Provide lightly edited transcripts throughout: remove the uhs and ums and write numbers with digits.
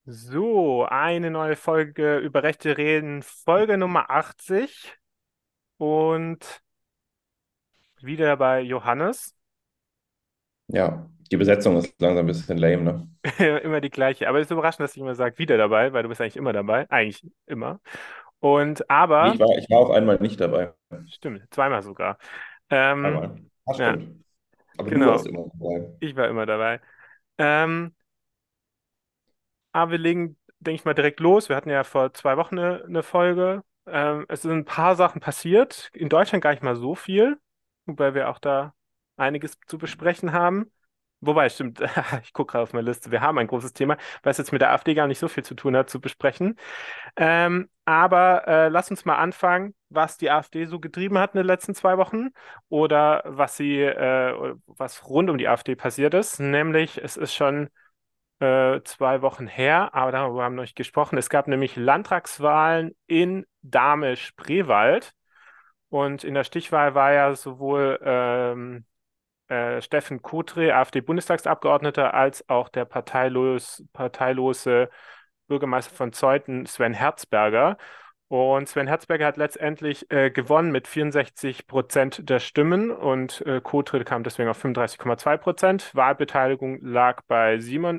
So, eine neue Folge über Rechte reden, Folge Nummer 80 und wieder bei Johannes. Ja, die Besetzung ist langsam ein bisschen lame, ne? Immer die gleiche, aber es ist überraschend, dass ich immer sage, wieder dabei, weil du bist eigentlich immer dabei, eigentlich immer. Und Nee, aber, ich war auch einmal nicht dabei. stimmt, zweimal sogar. Ähm, Einmal. Ah, ja, stimmt. Aber du genau, warst immer dabei. ich war immer dabei. Ähm, Aber wir legen, denke ich mal, direkt los. Wir hatten ja vor 2 Wochen eine Folge. Es sind ein paar Sachen passiert. In Deutschland gar nicht mal so viel, wobei wir auch da einiges zu besprechen haben. Wobei, stimmt, ich gucke gerade auf meine Liste. Wir haben ein großes Thema, was jetzt mit der AfD gar nicht so viel zu tun hat, zu besprechen. Aber lass uns mal anfangen, was die AfD so getrieben hat in den letzten 2 Wochen oder was rund um die AfD passiert ist. Nämlich, es ist schon 2 Wochen her, aber darüber haben wir noch nicht gesprochen. Es gab nämlich Landtagswahlen in Dahme-Spreewald und in der Stichwahl war ja sowohl Steffen Kutre, AfD-Bundestagsabgeordneter, als auch der parteilose Bürgermeister von Zeuthen, Sven Herzberger. Und Sven Herzberger hat letztendlich gewonnen mit 64% der Stimmen und Kotre kam deswegen auf 35,2%. Wahlbeteiligung lag bei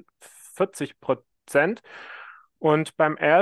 47%. Und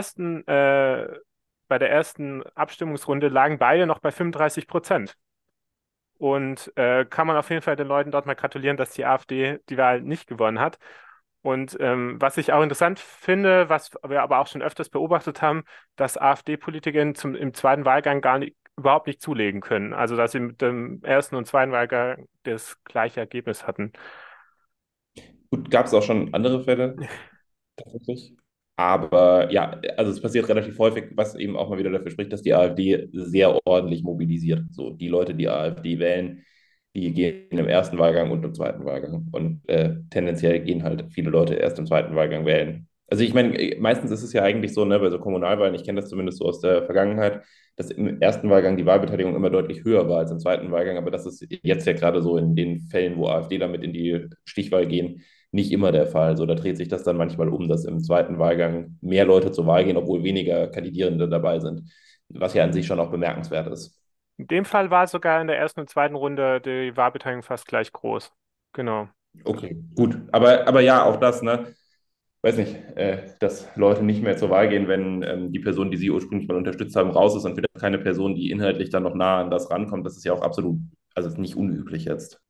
bei der ersten Abstimmungsrunde lagen beide noch bei 35%. Und kann man auf jeden Fall den Leuten dort mal gratulieren, dass die AfD die Wahl nicht gewonnen hat. Und was ich auch interessant finde, was wir aber auch schon öfters beobachtet haben, dass AfD-Politiker im zweiten Wahlgang überhaupt nicht zulegen können. Also dass sie mit dem ersten und zweiten Wahlgang das gleiche Ergebnis hatten. Gut, gab es auch schon andere Fälle, tatsächlich. Aber ja, also es passiert relativ häufig, was eben auch mal wieder dafür spricht, dass die AfD sehr ordentlich mobilisiert. So, die Leute, die AfD wählen, die gehen im ersten Wahlgang und im zweiten Wahlgang. Und tendenziell gehen halt viele Leute erst im zweiten Wahlgang wählen. Also ich meine, meistens ist es ja eigentlich so, ne, bei so Kommunalwahlen, ich kenne das zumindest so aus der Vergangenheit, dass im ersten Wahlgang die Wahlbeteiligung immer deutlich höher war als im zweiten Wahlgang. Aber das ist jetzt ja gerade so in den Fällen, wo AfD damit in die Stichwahl gehen, nicht immer der Fall. So, da dreht sich das dann manchmal um, dass im zweiten Wahlgang mehr Leute zur Wahl gehen, obwohl weniger Kandidierende dabei sind, was ja an sich schon auch bemerkenswert ist. In dem Fall war sogar in der ersten und zweiten Runde die Wahlbeteiligung fast gleich groß. Genau. Okay, gut. Aber ja, auch das, ne? Weiß nicht, dass Leute nicht mehr zur Wahl gehen, wenn die Person, die sie ursprünglich mal unterstützt haben, raus ist und wieder keine Person, die inhaltlich dann noch nah an das rankommt, das ist ja auch absolut, also ist nicht unüblich jetzt.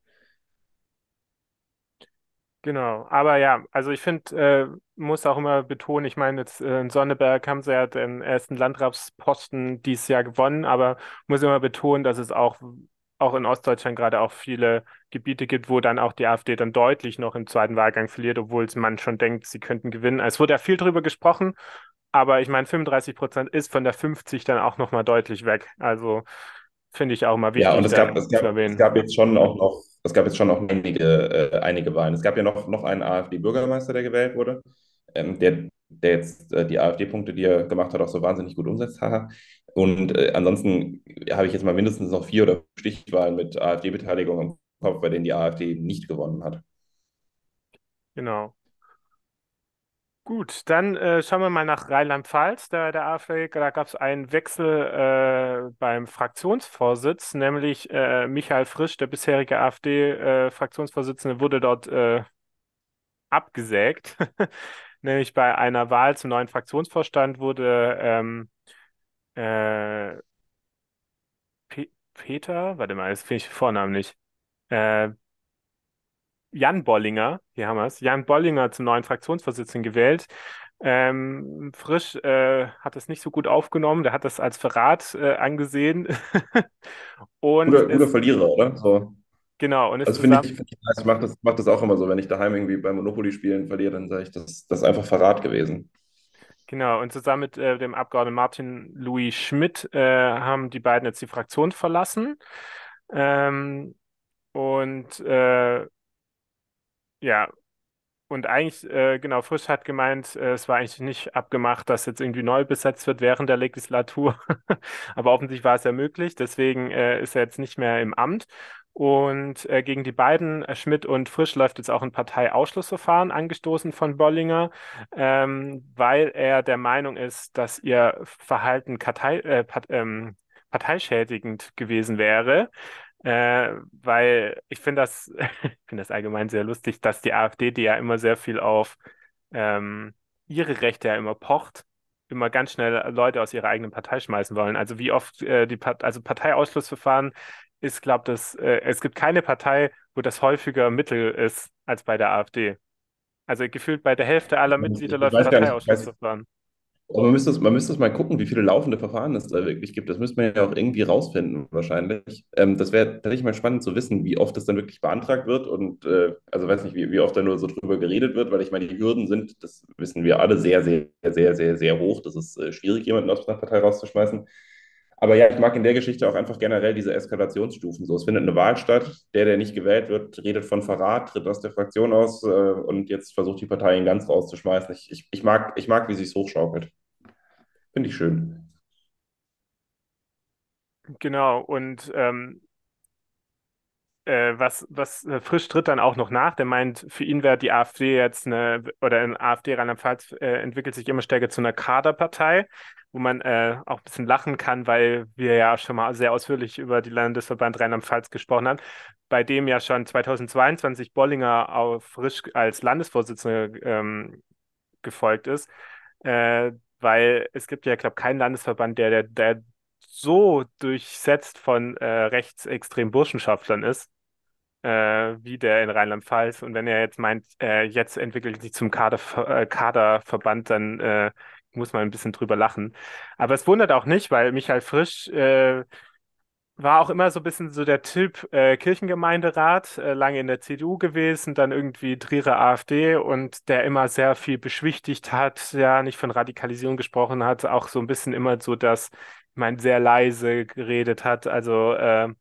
Genau, aber ja, also ich finde, muss auch immer betonen, ich meine, jetzt in Sonneberg haben sie ja den ersten Landratsposten dieses Jahr gewonnen, aber muss immer betonen, dass es auch in Ostdeutschland gerade auch viele Gebiete gibt, wo dann auch die AfD dann deutlich noch im zweiten Wahlgang verliert, obwohl man schon denkt, sie könnten gewinnen. Es wurde ja viel drüber gesprochen, aber ich meine, 35% ist von der 50 dann auch nochmal deutlich weg. Also finde ich auch mal Ja, und wichtig, da zu es erwähnen. gab jetzt schon auch noch, es gab jetzt schon noch einige Wahlen. Es gab ja noch einen AfD-Bürgermeister, der gewählt wurde, der jetzt die AfD-Punkte, die er gemacht hat, auch so wahnsinnig gut umsetzt. Haha. Und ansonsten habe ich jetzt mal mindestens noch 4 oder 5 Stichwahlen mit AfD-Beteiligung im Kopf, bei denen die AfD nicht gewonnen hat. Genau. Gut, dann schauen wir mal nach Rheinland-Pfalz, der AfD. Da gab es einen Wechsel beim Fraktionsvorsitz, nämlich Michael Frisch, der bisherige AfD-Fraktionsvorsitzende, wurde dort abgesägt. Nämlich bei einer Wahl zum neuen Fraktionsvorstand wurde äh, Peter, warte mal, das finde ich den Vornamen nicht. Äh, Jan Bollinger, hier haben wir es, Jan Bollinger zum neuen Fraktionsvorsitzenden gewählt. Frisch hat es nicht so gut aufgenommen, der hat das als Verrat angesehen und Guter ist, Verlierer, oder? So. genau, und ist Also zusammen, find ich nice. Mach das auch immer so, wenn ich daheim irgendwie bei Monopoly spielen verliere, dann sage ich, das ist einfach Verrat gewesen. genau, und zusammen mit dem Abgeordneten Martin Louis Schmidt haben die beiden jetzt die Fraktion verlassen. Ähm, und ja, Und eigentlich, genau, Frisch hat gemeint, es war eigentlich nicht abgemacht, dass jetzt irgendwie neu besetzt wird während der Legislatur. Aber offensichtlich war es ja möglich. Deswegen ist er jetzt nicht mehr im Amt. Und gegen die beiden, Schmidt und Frisch, läuft jetzt auch ein Parteiausschlussverfahren angestoßen von Bollinger, weil er der Meinung ist, dass ihr Verhalten parteischädigend gewesen wäre. Weil ich finde ich finde das allgemein sehr lustig, dass die AfD, die ja immer sehr viel auf ähm, ihre Rechte ja immer pocht, immer ganz schnell Leute aus ihrer eigenen Partei schmeißen wollen. Also wie oft also Parteiausschlussverfahren ist, glaube das, es gibt keine Partei, wo das häufiger Mittel ist als bei der AfD. Also gefühlt bei der Hälfte aller Mitglieder Ich läuft weiß gar nicht, ich weiß, Parteiausschlussverfahren. aber man müsste es mal gucken, wie viele laufende Verfahren es da wirklich gibt. Das müsste man ja auch irgendwie rausfinden, wahrscheinlich. Das wäre tatsächlich mal spannend zu wissen, wie oft das dann wirklich beantragt wird und also weiß nicht, wie oft da nur so drüber geredet wird, weil ich meine, die Hürden sind, das wissen wir alle, sehr, sehr, sehr, sehr, sehr hoch. Das ist schwierig, jemanden aus einer Partei rauszuschmeißen. Aber ja, ich mag in der Geschichte auch einfach generell diese Eskalationsstufen. So, es findet eine Wahl statt, der nicht gewählt wird, redet von Verrat, tritt aus der Fraktion aus und jetzt versucht die Partei ihn ganz rauszuschmeißen. Ich mag, wie sie es hochschaukelt. Finde ich schön. Genau, und was Frisch tritt dann auch noch nach. Der meint, für ihn wäre die AfD jetzt oder in AfD Rheinland-Pfalz entwickelt sich immer stärker zu einer Kaderpartei, wo man auch ein bisschen lachen kann, weil wir ja schon mal sehr ausführlich über die Landesverband Rheinland-Pfalz gesprochen haben, bei dem ja schon 2022 Bollinger auf Frisch als Landesvorsitzender gefolgt ist. Weil es gibt ja, glaube ich, keinen Landesverband, der so durchsetzt von rechtsextremen Burschenschaftlern ist wie der in Rheinland-Pfalz. Und wenn er jetzt meint, jetzt entwickelt sich zum Kaderverband, dann muss man ein bisschen drüber lachen. Aber es wundert auch nicht, weil Michael Frisch war auch immer so ein bisschen so der Typ Kirchengemeinderat, lange in der CDU gewesen, dann irgendwie Trierer AfD und der immer sehr viel beschwichtigt hat, ja, nicht von Radikalisierung gesprochen hat, auch so ein bisschen immer so ich meine, sehr leise geredet hat, also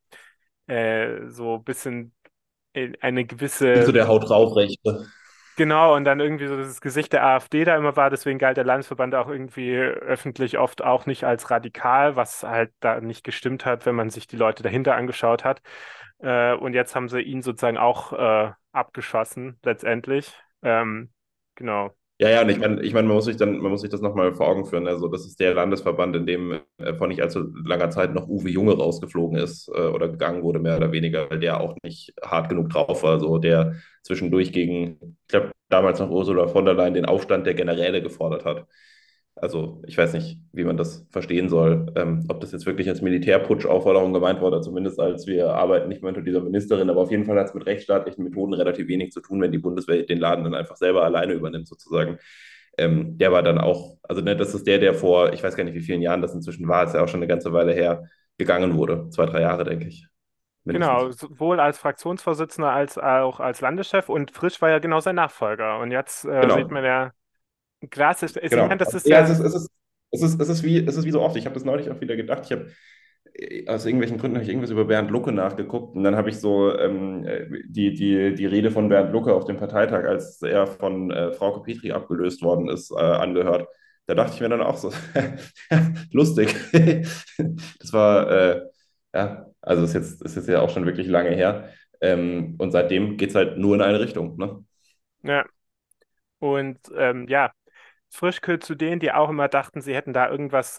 so ein bisschen eine Nicht so gewisse, der Haut drauf Rechte. genau, und dann irgendwie so das Gesicht der AfD da immer war, deswegen galt der Landesverband auch irgendwie öffentlich oft auch nicht als radikal, was halt da nicht gestimmt hat, wenn man sich die Leute dahinter angeschaut hat. Und jetzt haben sie ihn sozusagen auch abgeschossen, letztendlich. Genau. Ja, ja, und man muss sich das nochmal vor Augen führen. Also, das ist der Landesverband, in dem vor nicht allzu langer Zeit noch Uwe Junge rausgeflogen ist oder gegangen wurde, mehr oder weniger, weil der auch nicht hart genug drauf war. So, der zwischendurch gegen, ich glaube, damals noch Ursula von der Leyen den Aufstand der Generäle gefordert hat. Also, ich weiß nicht, wie man das verstehen soll. Ob das jetzt wirklich als Militärputsch-Aufforderung gemeint war oder zumindest als wir arbeiten nicht mehr unter dieser Ministerin. Aber auf jeden Fall hat es mit rechtsstaatlichen Methoden relativ wenig zu tun, wenn die Bundeswehr den Laden dann einfach selber alleine übernimmt, sozusagen. Der war dann auch, also ne, das ist der vor, ich weiß gar nicht, wie vielen Jahren das inzwischen war, ist ja auch schon eine ganze Weile her, gegangen wurde. 2, 3 Jahre, denke ich, Genau, mindestens. sowohl als Fraktionsvorsitzender als auch als Landeschef und Frisch war ja genau sein Nachfolger. Und jetzt sieht Genau. man ja, krass ist, ich meine, Genau. das ist Ja, ja, es ist wie so oft. Ich habe das neulich auch wieder gedacht. Aus irgendwelchen Gründen habe ich irgendwas über Bernd Lucke nachgeguckt und dann habe ich so die Rede von Bernd Lucke auf dem Parteitag, als er von Frauke Petri abgelöst worden ist, angehört. Da dachte ich mir dann auch so, lustig. Das war, ja, also ist jetzt ja auch schon wirklich lange her. Und seitdem geht es halt nur in eine Richtung. Ne? ja, und ja, Frischkühl zu denen, die auch immer dachten, sie hätten da irgendwas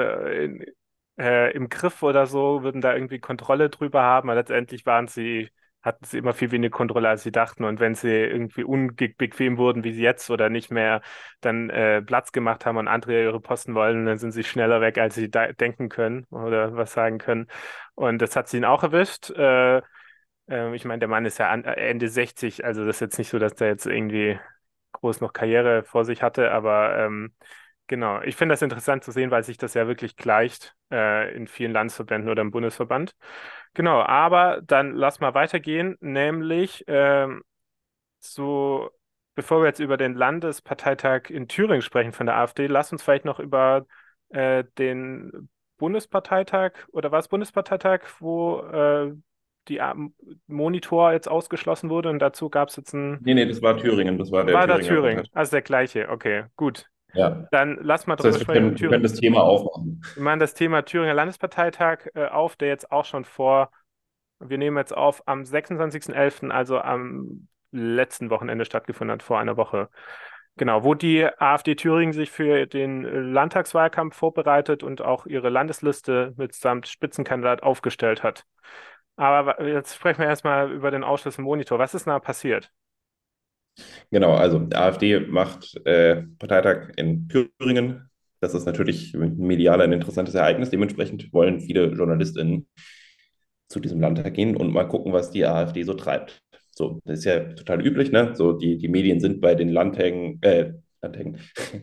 im Griff oder so, würden da irgendwie Kontrolle drüber haben, aber letztendlich hatten sie immer viel weniger Kontrolle, als sie dachten. Und wenn sie irgendwie unbequem wurden, wie sie jetzt oder nicht mehr dann Platz gemacht haben und andere ihre Posten wollen, dann sind sie schneller weg, als sie denken können oder was sagen können. Und das hat sie ihn auch erwischt. Ich meine, der Mann ist ja Ende 60, also das ist jetzt nicht so, dass der jetzt irgendwie groß noch Karriere vor sich hatte, aber genau, ich finde das interessant zu sehen, weil sich das ja wirklich gleicht in vielen Landesverbänden oder im Bundesverband. Genau, aber dann lass mal weitergehen, nämlich so, bevor wir jetzt über den Landesparteitag in Thüringen sprechen von der AfD, lass uns vielleicht noch über den Bundesparteitag oder war es Bundesparteitag, wo die Monitor jetzt ausgeschlossen wurde und dazu gab es jetzt Nee, nee, das war Thüringen, das war der war da Thüringer Thüringen, Partei. also der gleiche, okay, gut. Ja. Dann lass mal Das drüber heißt, sprechen. wir können das Thema aufmachen. Wir machen das Thema Thüringer Landesparteitag auf, der jetzt auch schon vor, wir nehmen jetzt auf, am 26.11., also am letzten Wochenende stattgefunden hat, vor einer Woche. Genau, wo die AfD Thüringen sich für den Landtagswahlkampf vorbereitet und auch ihre Landesliste mitsamt Spitzenkandidat aufgestellt hat. Aber jetzt sprechen wir erstmal über den Ausschuss im Monitor. Was ist denn da passiert? Genau, also die AfD macht Parteitag in Thüringen. Das ist natürlich medial ein interessantes Ereignis. Dementsprechend wollen viele JournalistInnen zu diesem Landtag gehen und mal gucken, was die AfD so treibt. So, das ist ja total üblich, ne? So, die Medien sind bei den Landtagen,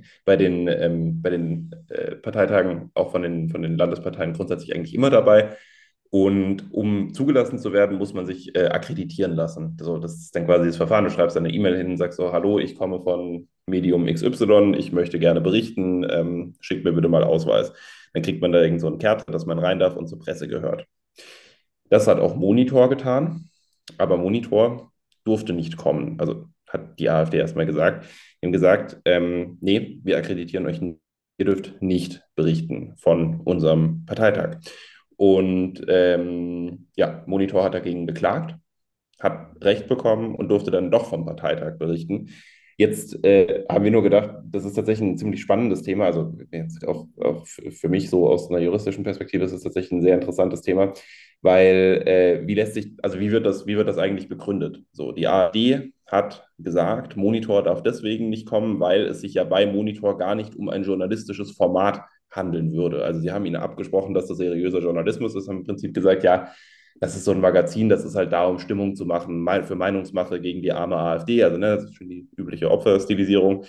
bei den Parteitagen auch von den Landesparteien grundsätzlich eigentlich immer dabei. Und um zugelassen zu werden, muss man sich akkreditieren lassen. So, das ist dann quasi das Verfahren. Du schreibst eine E-Mail hin und sagst so, hallo, ich komme von Medium XY, ich möchte gerne berichten, schick mir bitte mal Ausweis. Dann kriegt man da irgend so ein Kärtchen, dass man rein darf und zur Presse gehört. Das hat auch Monitor getan, aber Monitor durfte nicht kommen. Also hat die AfD erstmal gesagt. Die haben gesagt, nee, wir akkreditieren euch nicht. Ihr dürft nicht berichten von unserem Parteitag. Und ja, Monitor hat dagegen beklagt, hat Recht bekommen und durfte dann doch vom Parteitag berichten. Jetzt haben wir nur gedacht, das ist tatsächlich ein ziemlich spannendes Thema. Also jetzt auch für mich so aus einer juristischen Perspektive ist es tatsächlich ein sehr interessantes Thema, weil wie lässt sich, also wie wird das eigentlich begründet? So, die AfD hat gesagt, Monitor darf deswegen nicht kommen, weil es sich ja bei Monitor gar nicht um ein journalistisches Format handeln würde. Also sie haben ihnen abgesprochen, dass das seriöser Journalismus ist, haben im Prinzip gesagt, ja, das ist so ein Magazin, das ist halt da, um Stimmung zu machen, für Meinungsmache gegen die arme AfD. Also, ne, das ist schon die übliche Opferstilisierung.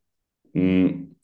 Hm,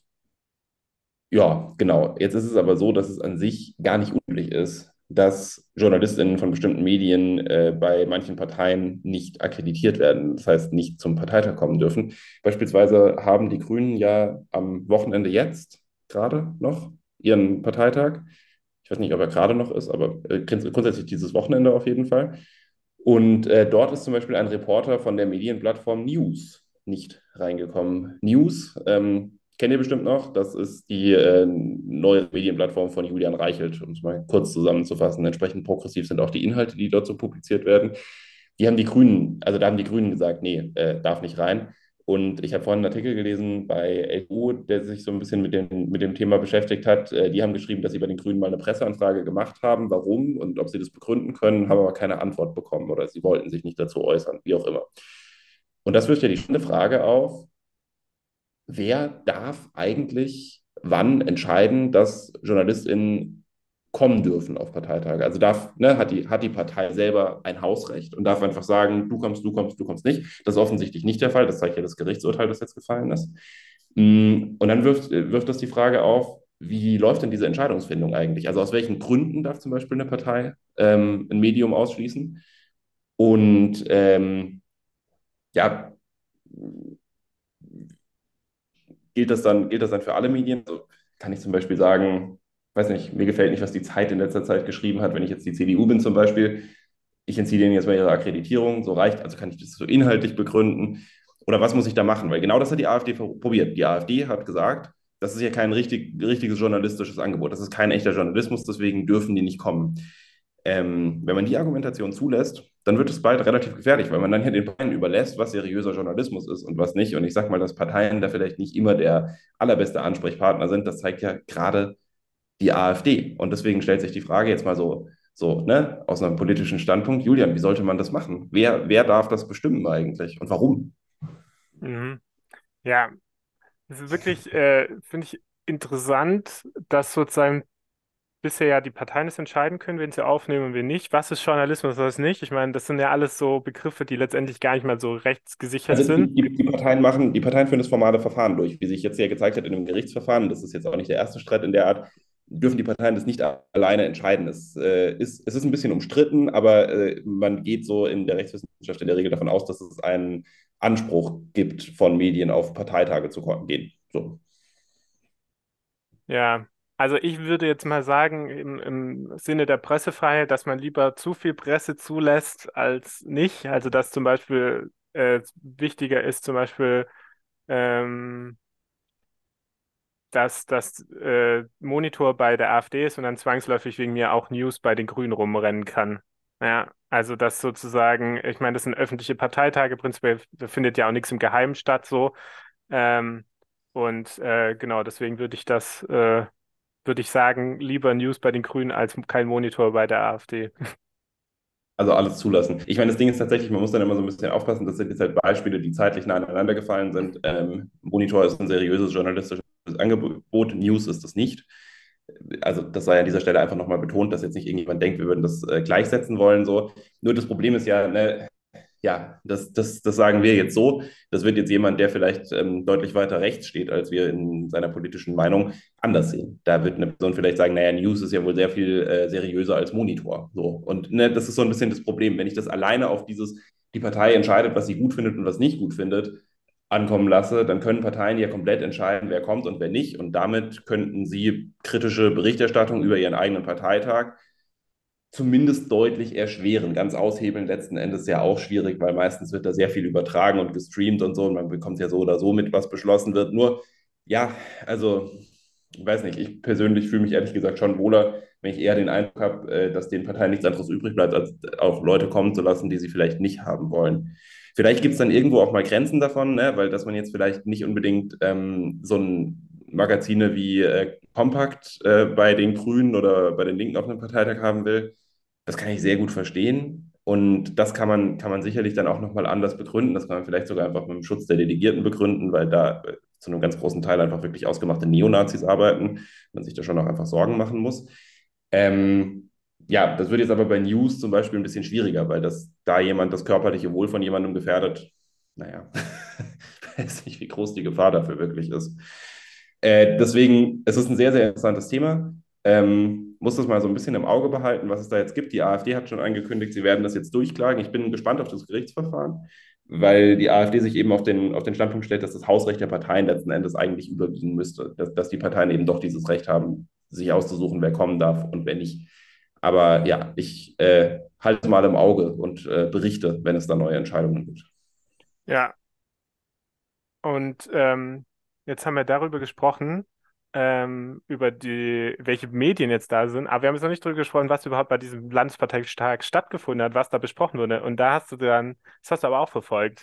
ja, genau. Jetzt ist es aber so, dass es an sich gar nicht üblich ist, dass JournalistInnen von bestimmten Medien bei manchen Parteien nicht akkreditiert werden, das heißt nicht zum Parteitag kommen dürfen. Beispielsweise haben die Grünen ja am Wochenende jetzt gerade noch ihren Parteitag. Ich weiß nicht, ob er gerade noch ist, aber grundsätzlich dieses Wochenende auf jeden Fall. Und dort ist zum Beispiel ein Reporter von der Medienplattform News nicht reingekommen. News, kennt ihr bestimmt noch, das ist die neue Medienplattform von Julian Reichelt, um es mal kurz zusammenzufassen. Entsprechend progressiv sind auch die Inhalte, die dort so publiziert werden. Die haben die Grünen, also da haben die Grünen gesagt, nee, darf nicht rein. Und ich habe vorhin einen Artikel gelesen bei LU, der sich so ein bisschen mit dem Thema beschäftigt hat. Die haben geschrieben, dass sie bei den Grünen mal eine Presseanfrage gemacht haben, warum und ob sie das begründen können, haben aber keine Antwort bekommen oder sie wollten sich nicht dazu äußern, wie auch immer. Und das wirft ja die spannende Frage auf, wer darf eigentlich wann entscheiden, dass JournalistInnen kommen dürfen auf Parteitage? Also hat die Partei selber ein Hausrecht und darf einfach sagen, du kommst, du kommst, du kommst nicht. Das ist offensichtlich nicht der Fall. Das zeigt ja das Gerichtsurteil, das jetzt gefallen ist. Und dann wirft das die Frage auf, wie läuft denn diese Entscheidungsfindung eigentlich? Also aus welchen Gründen darf zum Beispiel eine Partei ein Medium ausschließen? Und ja, gilt das dann für alle Medien? Also kann ich zum Beispiel sagen, weiß nicht, mir gefällt nicht, was die Zeit in letzter Zeit geschrieben hat, wenn ich jetzt die CDU bin zum Beispiel, ich entziehe denen jetzt mal ihre Akkreditierung, so reicht, also kann ich das so inhaltlich begründen oder was muss ich da machen? Weil genau das hat die AfD probiert. Die AfD hat gesagt, das ist ja kein richtiges journalistisches Angebot, das ist kein echter Journalismus, deswegen dürfen die nicht kommen. Wenn man die Argumentation zulässt, dann wird es bald relativ gefährlich, weil man dann ja den Parteien überlässt, was seriöser Journalismus ist und was nicht. Und ich sage mal, dass Parteien da vielleicht nicht immer der allerbeste Ansprechpartner sind, das zeigt ja gerade die AfD. Und deswegen stellt sich die Frage jetzt mal so, ne, aus einem politischen Standpunkt, Julian, wie sollte man das machen? Wer darf das bestimmen eigentlich und warum? Mhm. Ja, es ist wirklich, finde ich, interessant, dass sozusagen bisher ja die Parteien es entscheiden können, wen sie aufnehmen und wen nicht. Was ist Journalismus, was ist nicht? Ich meine, das sind ja alles so Begriffe, die letztendlich gar nicht mal so rechtsgesichert Also sind. die Parteien führen das formale Verfahren durch. Wie sich jetzt ja gezeigt hat in einem Gerichtsverfahren, das ist jetzt auch nicht der erste Streit in der Art, dürfen die Parteien das nicht alleine entscheiden. Es ist ein bisschen umstritten, aber man geht so in der Rechtswissenschaft in der Regel davon aus, dass es einen Anspruch gibt, von Medien auf Parteitage zu gehen. So. Ja, also ich würde jetzt mal sagen, im Sinne der Pressefreiheit, dass man lieber zu viel Presse zulässt als nicht. Also dass zum Beispiel wichtiger ist, zum Beispiel, ähm, dass das Monitor bei der AfD ist und dann zwangsläufig wegen mir auch News bei den Grünen rumrennen kann. Ja. Also das sozusagen, ich meine, das sind öffentliche Parteitage, prinzipiell findet ja auch nichts im Geheimen statt, so. Ähm, und genau, deswegen würde ich sagen, lieber News bei den Grünen als kein Monitor bei der AfD. Also alles zulassen. Ich meine, das Ding ist tatsächlich, man muss dann immer so ein bisschen aufpassen, das sind jetzt halt Beispiele, die zeitlich nah aneinander gefallen sind. Monitor ist ein seriöses journalistisches Angebot, News ist das nicht. Also das sei an dieser Stelle einfach nochmal betont, dass jetzt nicht irgendjemand denkt, wir würden das gleichsetzen wollen. So. Nur das Problem ist ja, ne, ja, das sagen wir jetzt so. Das wird jetzt jemand, der vielleicht deutlich weiter rechts steht, als wir in seiner politischen Meinung, anders sehen. Da wird eine Person vielleicht sagen, naja, News ist ja wohl sehr viel seriöser als Monitor. So. Und ne, das ist so ein bisschen das Problem. Wenn ich das alleine auf die Partei entscheidet, was sie gut findet und was nicht gut findet, ankommen lasse, dann können Parteien ja komplett entscheiden, wer kommt und wer nicht. Und damit könnten sie kritische Berichterstattung über ihren eigenen Parteitag zumindest deutlich erschweren. Ganz aushebeln letzten Endes ja auch schwierig, weil meistens wird da sehr viel übertragen und gestreamt und so und man bekommt ja so oder so mit, was beschlossen wird. Nur, ja, also, ich weiß nicht, ich persönlich fühle mich ehrlich gesagt schon wohler, wenn ich eher den Eindruck habe, dass den Parteien nichts anderes übrig bleibt, als auch Leute kommen zu lassen, die sie vielleicht nicht haben wollen. Vielleicht gibt es dann irgendwo auch mal Grenzen davon, ne? Weil dass man jetzt vielleicht nicht unbedingt so ein Magazine wie Compact bei den Grünen oder bei den Linken auf einem Parteitag haben will, das kann ich sehr gut verstehen. Und das kann man sicherlich dann auch nochmal anders begründen. Das kann man vielleicht sogar einfach mit dem Schutz der Delegierten begründen, weil da zu einem ganz großen Teil einfach wirklich ausgemachte Neonazis arbeiten. Man sich da schon auch einfach Sorgen machen muss. Ähm, ja, das wird jetzt aber bei News zum Beispiel ein bisschen schwieriger, weil da jemand das körperliche Wohl von jemandem gefährdet, naja, ich weiß nicht, wie groß die Gefahr dafür wirklich ist. Deswegen, es ist ein sehr, sehr interessantes Thema. Muss das mal so ein bisschen im Auge behalten, was es da jetzt gibt. Die AfD hat schon angekündigt, sie werden das jetzt durchklagen. Ich bin gespannt auf das Gerichtsverfahren, weil die AfD sich eben auf den Standpunkt stellt, dass das Hausrecht der Parteien letzten Endes eigentlich überwiegen müsste. Dass die Parteien eben doch dieses Recht haben, sich auszusuchen, wer kommen darf und wer nicht. Aber ja, ich halte es mal im Auge und berichte, wenn es da neue Entscheidungen gibt. Ja, und jetzt haben wir darüber gesprochen, über welche Medien jetzt da sind, aber wir haben jetzt noch nicht darüber gesprochen, was überhaupt bei diesem Landesparteitag stattgefunden hat, was da besprochen wurde. Und da hast du dann, das hast du aber auch verfolgt,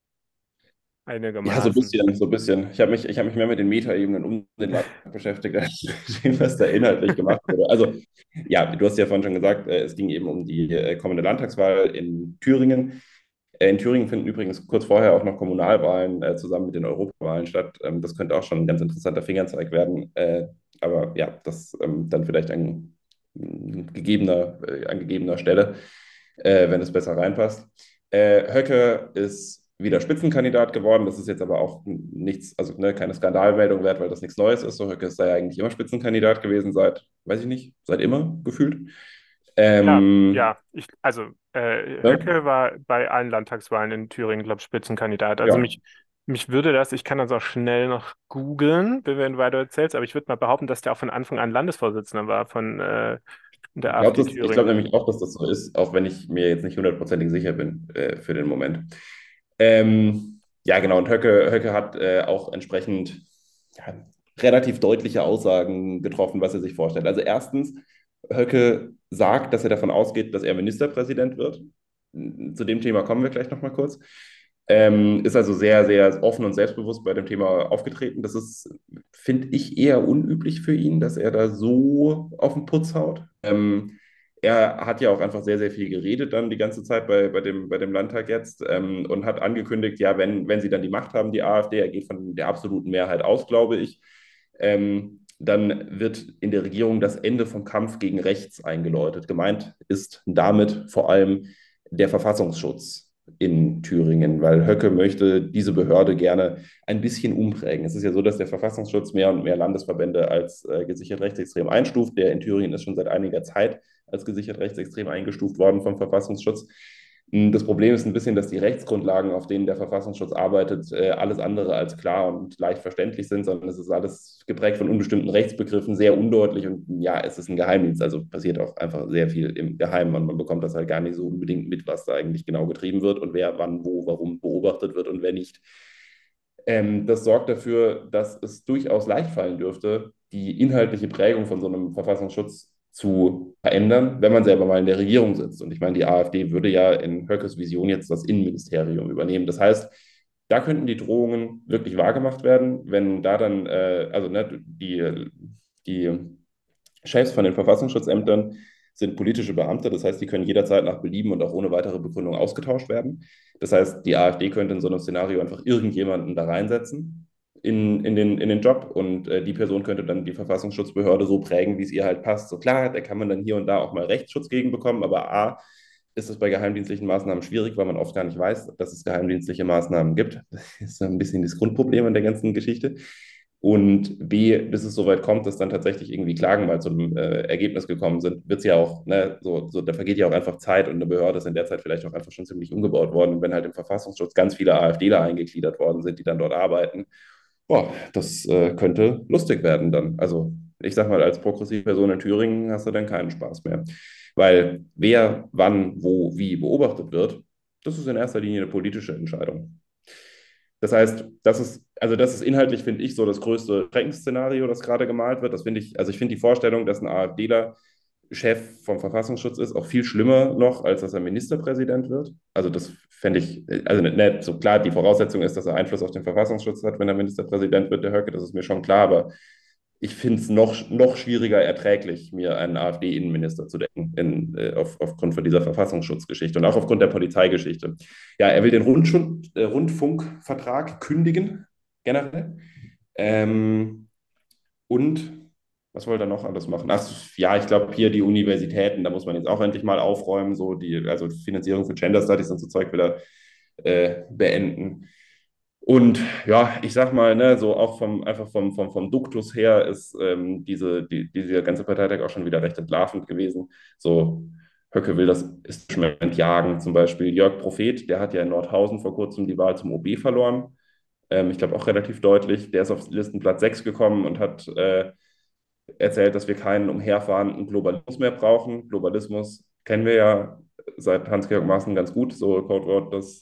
Ja, einigermaßen. so ein bisschen. Ich hab mich mehr mit den Metaebenen um den Land beschäftigt, als mit dem, was da inhaltlich gemacht wurde. Also, ja, du hast ja vorhin schon gesagt, es ging eben um die kommende Landtagswahl in Thüringen. In Thüringen finden übrigens kurz vorher auch noch Kommunalwahlen zusammen mit den Europawahlen statt. Das könnte auch schon ein ganz interessanter Fingerzeig werden. Aber ja, das dann vielleicht an gegebener Stelle, wenn es besser reinpasst. Höcke ist wieder Spitzenkandidat geworden. Das ist jetzt aber auch nichts, also ne, keine Skandalmeldung wert, weil das nichts Neues ist. So, Höcke ist da ja eigentlich immer Spitzenkandidat gewesen, weiß ich nicht, seit immer gefühlt. Ja, Ähm, ja, also ne? Höcke war bei allen Landtagswahlen in Thüringen, glaube ich, Spitzenkandidat. Also Ja. mich würde das, ich kann das auch schnell noch googeln, wenn du weiter erzählst, aber ich würde mal behaupten, dass der auch von Anfang an Landesvorsitzender war von der AfD Ich glaube Thüringen. nämlich auch, dass das so ist, auch wenn ich mir jetzt nicht hundertprozentig sicher bin für den Moment. Ja, genau. Und Höcke hat auch entsprechend ja, relativ deutliche Aussagen getroffen, was er sich vorstellt. Also erstens, Höcke sagt, dass er davon ausgeht, dass er Ministerpräsident wird. Zu dem Thema kommen wir gleich nochmal kurz. Ist also sehr, sehr offen und selbstbewusst bei dem Thema aufgetreten. Das ist, finde ich, eher unüblich für ihn, dass er da so auf den Putz haut. Er hat ja auch einfach sehr, sehr viel geredet dann die ganze Zeit bei dem Landtag jetzt und hat angekündigt, ja, wenn sie dann die Macht haben, die AfD, er geht von der absoluten Mehrheit aus, glaube ich, dann wird in der Regierung das Ende vom Kampf gegen rechts eingeläutet. Gemeint ist damit vor allem der Verfassungsschutz in Thüringen, weil Höcke möchte diese Behörde gerne ein bisschen umprägen. Es ist ja so, dass der Verfassungsschutz mehr und mehr Landesverbände als gesichert rechtsextrem einstuft. Der in Thüringen ist schon seit einiger Zeit als gesichert rechtsextrem eingestuft worden vom Verfassungsschutz. Das Problem ist ein bisschen, dass die Rechtsgrundlagen, auf denen der Verfassungsschutz arbeitet, alles andere als klar und leicht verständlich sind, sondern es ist alles geprägt von unbestimmten Rechtsbegriffen, sehr undeutlich und ja, es ist ein Geheimdienst, also passiert auch einfach sehr viel im Geheimen und man bekommt das halt gar nicht so unbedingt mit, was da eigentlich genau getrieben wird und wer wann, wo, warum beobachtet wird und wer nicht. Das sorgt dafür, dass es durchaus leicht fallen dürfte, die inhaltliche Prägung von so einem Verfassungsschutz zu verändern, wenn man selber mal in der Regierung sitzt. Und ich meine, die AfD würde ja in Höckes Vision jetzt das Innenministerium übernehmen. Das heißt, da könnten die Drohungen wirklich wahrgemacht werden, wenn da dann, also ne, die Chefs von den Verfassungsschutzämtern sind politische Beamte, das heißt, die können jederzeit nach Belieben und auch ohne weitere Begründung ausgetauscht werden. Das heißt, die AfD könnte in so einem Szenario einfach irgendjemanden da reinsetzen in den Job und die Person könnte dann die Verfassungsschutzbehörde so prägen, wie es ihr halt passt. So klar, da kann man dann hier und da auch mal Rechtsschutz gegen bekommen, aber A, ist es bei geheimdienstlichen Maßnahmen schwierig, weil man oft gar nicht weiß, dass es geheimdienstliche Maßnahmen gibt. Das ist ein bisschen das Grundproblem an der ganzen Geschichte. Und B, bis es soweit kommt, dass dann tatsächlich irgendwie Klagen mal zum Ergebnis gekommen sind, wird es ja auch, ne, da vergeht ja auch einfach Zeit und eine Behörde ist in der Zeit vielleicht auch einfach schon ziemlich umgebaut worden. Wenn halt im Verfassungsschutz ganz viele AfDler eingegliedert worden sind, die dann dort arbeiten, boah, das könnte lustig werden dann. Also ich sag mal, als progressive Person in Thüringen hast du dann keinen Spaß mehr. Weil wer, wann, wo, wie beobachtet wird, das ist in erster Linie eine politische Entscheidung. Das heißt, das ist inhaltlich, finde ich, so das größte Schreckensszenario, das gerade gemalt wird. Das finde ich, also ich finde die Vorstellung, dass ein AfDler Chef vom Verfassungsschutz ist, auch viel schlimmer noch, als dass er Ministerpräsident wird. Also das fände ich, also nicht so klar, die Voraussetzung ist, dass er Einfluss auf den Verfassungsschutz hat, wenn er Ministerpräsident wird, der Höcke, das ist mir schon klar, aber ich finde es noch schwieriger erträglich, mir einen AfD-Innenminister zu denken, aufgrund von dieser Verfassungsschutzgeschichte und auch aufgrund der Polizeigeschichte. Ja, er will den Rundfunkvertrag kündigen, generell. Ähm, und was wollte er noch alles machen? Ach ja, ich glaube, hier die Universitäten, da muss man jetzt auch endlich mal aufräumen, also Finanzierung für Gender Studies und so Zeug wieder beenden. Und ja, ich sag mal, ne, so auch einfach vom Duktus her ist dieser ganze Parteitag auch schon wieder recht entlarvend gewesen. So, Höcke will das Establishment jagen, zum Beispiel Jörg Prophet, der hat ja in Nordhausen vor kurzem die Wahl zum OB verloren. Ich glaube auch relativ deutlich. Der ist auf Listenplatz 6 gekommen und hat erzählt, dass wir keinen umherfahrenden Globalismus mehr brauchen. Globalismus kennen wir ja seit Hans-Georg Maaßen ganz gut, so Codewort, das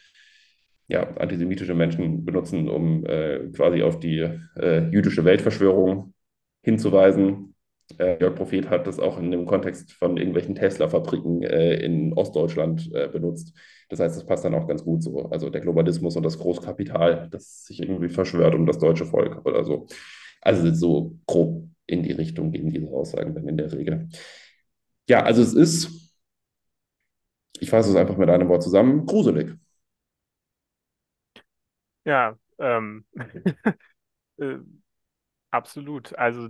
ja, antisemitische Menschen benutzen, um quasi auf die jüdische Weltverschwörung hinzuweisen. Jörg Prophet hat das auch in dem Kontext von irgendwelchen Tesla-Fabriken in Ostdeutschland benutzt. Das heißt, das passt dann auch ganz gut so. Also der Globalismus und das Großkapital, das sich irgendwie verschwört um das deutsche Volk oder so. Also so grob in die Richtung gehen diese Aussagen dann in der Regel. Ja, also es ist, ich fasse es einfach mit einem Wort zusammen, gruselig. Ja, äh, absolut. Also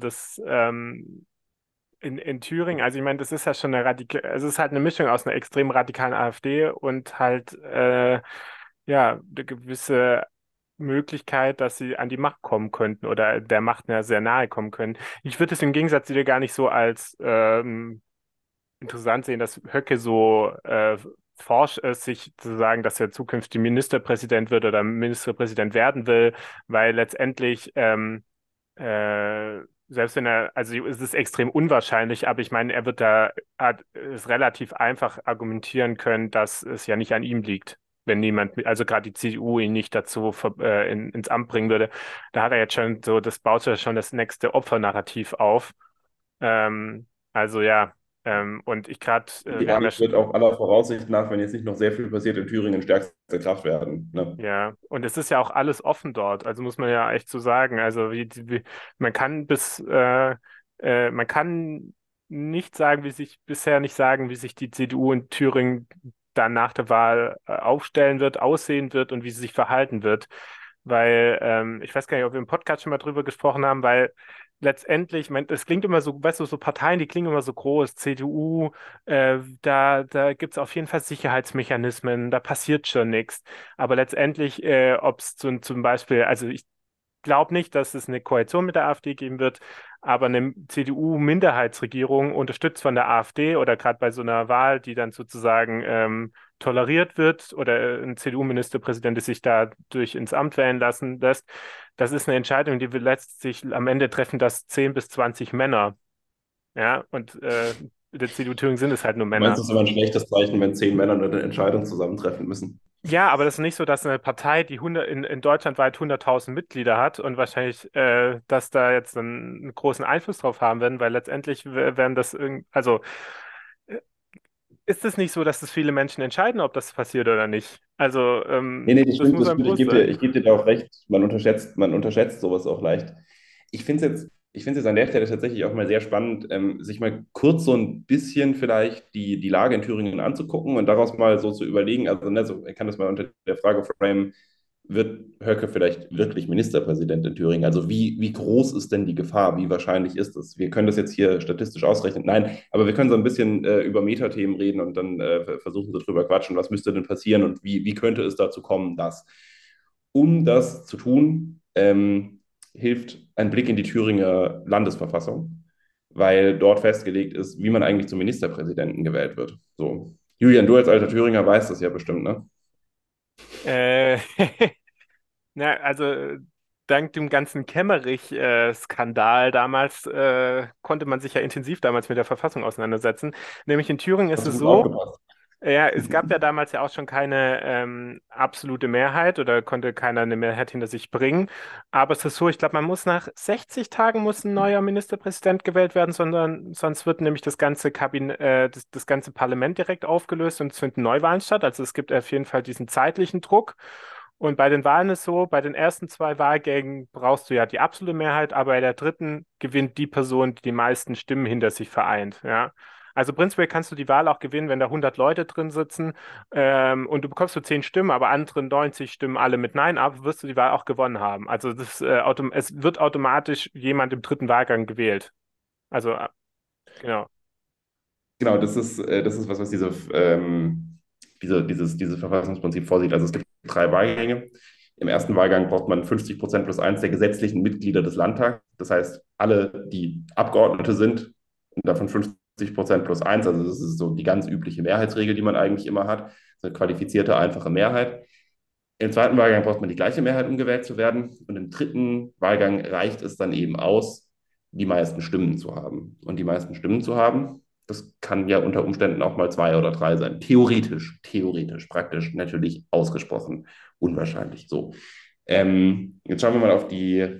in Thüringen, also ich meine, das ist ja schon es ist halt eine Mischung aus einer extrem radikalen AfD und halt ja, eine gewisse Möglichkeit, dass sie an die Macht kommen könnten oder der Macht ja sehr nahe kommen können. Ich würde es im Gegensatz zu dir gar nicht so als interessant sehen, dass Höcke so forsch ist, sich zu sagen, dass er zukünftig Ministerpräsident wird oder Ministerpräsident werden will, weil letztendlich äh, selbst wenn also es ist extrem unwahrscheinlich, aber ich meine, hat es relativ einfach argumentieren können, dass es ja nicht an ihm liegt. Wenn niemand, also gerade die CDU ihn nicht dazu ins Amt bringen würde, da hat er jetzt schon so, das baut ja schon das nächste Opfernarrativ auf. Also ja, und ich gerade, Die wir haben ja, AfD wird auch aller Voraussicht nach, wenn jetzt nicht noch sehr viel passiert, in Thüringen stärkste Kraft werden. Ne? ja, und es ist ja auch alles offen dort, also muss man ja echt so sagen. Also man kann man kann nicht sagen, bisher nicht sagen, wie sich die CDU in Thüringen dann nach der Wahl aufstellen wird, aussehen wird und wie sie sich verhalten wird. Weil, ich weiß gar nicht, ob wir im Podcast schon mal drüber gesprochen haben, weil letztendlich, es klingt immer so, weißt du, so Parteien, die klingen immer so groß, CDU, da gibt es auf jeden Fall Sicherheitsmechanismen, da passiert schon nichts. Aber letztendlich, ob es zum Beispiel, also ich glaube nicht, dass es eine Koalition mit der AfD geben wird, aber eine CDU-Minderheitsregierung unterstützt von der AfD oder gerade bei so einer Wahl, die dann sozusagen toleriert wird oder ein CDU-Ministerpräsident, der sich dadurch ins Amt wählen lassen lässt, das ist eine Entscheidung, die wir letztlich am Ende treffen, das 10 bis 20 Männer. Ja, und in der CDU Thüringen sind es halt nur Du meinst, Männer. es ist immer ein schlechtes Zeichen, wenn 10 Männer eine Entscheidung zusammentreffen müssen? Ja, aber das ist nicht so, dass eine Partei, die in Deutschland weit 100.000 Mitglieder hat und wahrscheinlich, dass da jetzt einen großen Einfluss drauf haben werden, weil letztendlich werden das also äh, ist es nicht so, dass es viele Menschen entscheiden, ob das passiert oder nicht. Also Nee, nee, das muss das einem stimmt. bewusst sein. Ich geb dir da auch recht. Man unterschätzt sowas auch leicht. Ich finde es jetzt an der Stelle tatsächlich auch mal sehr spannend, sich mal kurz so ein bisschen vielleicht die Lage in Thüringen anzugucken und daraus mal so zu überlegen, also ne, so, ich kann das mal unter der Frage framen, wird Höcke vielleicht wirklich Ministerpräsident in Thüringen? Also wie groß ist denn die Gefahr? Wie wahrscheinlich ist es? Wir können das jetzt hier statistisch ausrechnen. Nein, aber wir können so ein bisschen über Metathemen reden und dann versuchen so drüber quatschen, was müsste denn passieren und wie könnte es dazu kommen, dass. Um das zu tun, hilft ein Blick in die Thüringer Landesverfassung, weil dort festgelegt ist, wie man eigentlich zum Ministerpräsidenten gewählt wird. So. Julian, du als alter Thüringer weißt das ja bestimmt, ne? Äh, Na, also dank dem ganzen Kemmerich-Skandal damals konnte man sich ja intensiv damals mit der Verfassung auseinandersetzen. Nämlich in Thüringen ist Hast du es gut so, aufgepasst? ja, es gab ja damals ja auch schon keine absolute Mehrheit oder konnte keiner eine Mehrheit hinter sich bringen. Aber es ist so, ich glaube, man muss nach 60 Tagen muss ein neuer Ministerpräsident gewählt werden, sondern sonst wird nämlich das ganze das ganze Parlament direkt aufgelöst und es finden Neuwahlen statt. Also es gibt auf jeden Fall diesen zeitlichen Druck. Und bei den Wahlen ist so, bei den ersten zwei Wahlgängen brauchst du ja die absolute Mehrheit, aber bei der dritten gewinnt die Person, die die meisten Stimmen hinter sich vereint. Ja. Also prinzipiell kannst du die Wahl auch gewinnen, wenn da 100 Leute drin sitzen und du bekommst so 10 Stimmen, aber andere 90 stimmen alle mit Nein ab, wirst du die Wahl auch gewonnen haben. Also es wird automatisch jemand im dritten Wahlgang gewählt. Also genau. Genau, das ist was dieses Verfassungsprinzip vorsieht. Also es gibt drei Wahlgänge. Im ersten Wahlgang braucht man 50% plus eins der gesetzlichen Mitglieder des Landtags. Das heißt, alle, die Abgeordnete sind, und davon 50% plus eins. Also das ist so die ganz übliche Mehrheitsregel, die man eigentlich immer hat. So eine qualifizierte, einfache Mehrheit. Im zweiten Wahlgang braucht man die gleiche Mehrheit, um gewählt zu werden. Und im dritten Wahlgang reicht es dann eben aus, die meisten Stimmen zu haben. Und die meisten Stimmen zu haben, das kann ja unter Umständen auch mal zwei oder drei sein. Theoretisch, praktisch natürlich ausgesprochen unwahrscheinlich. So. Jetzt schauen wir mal auf die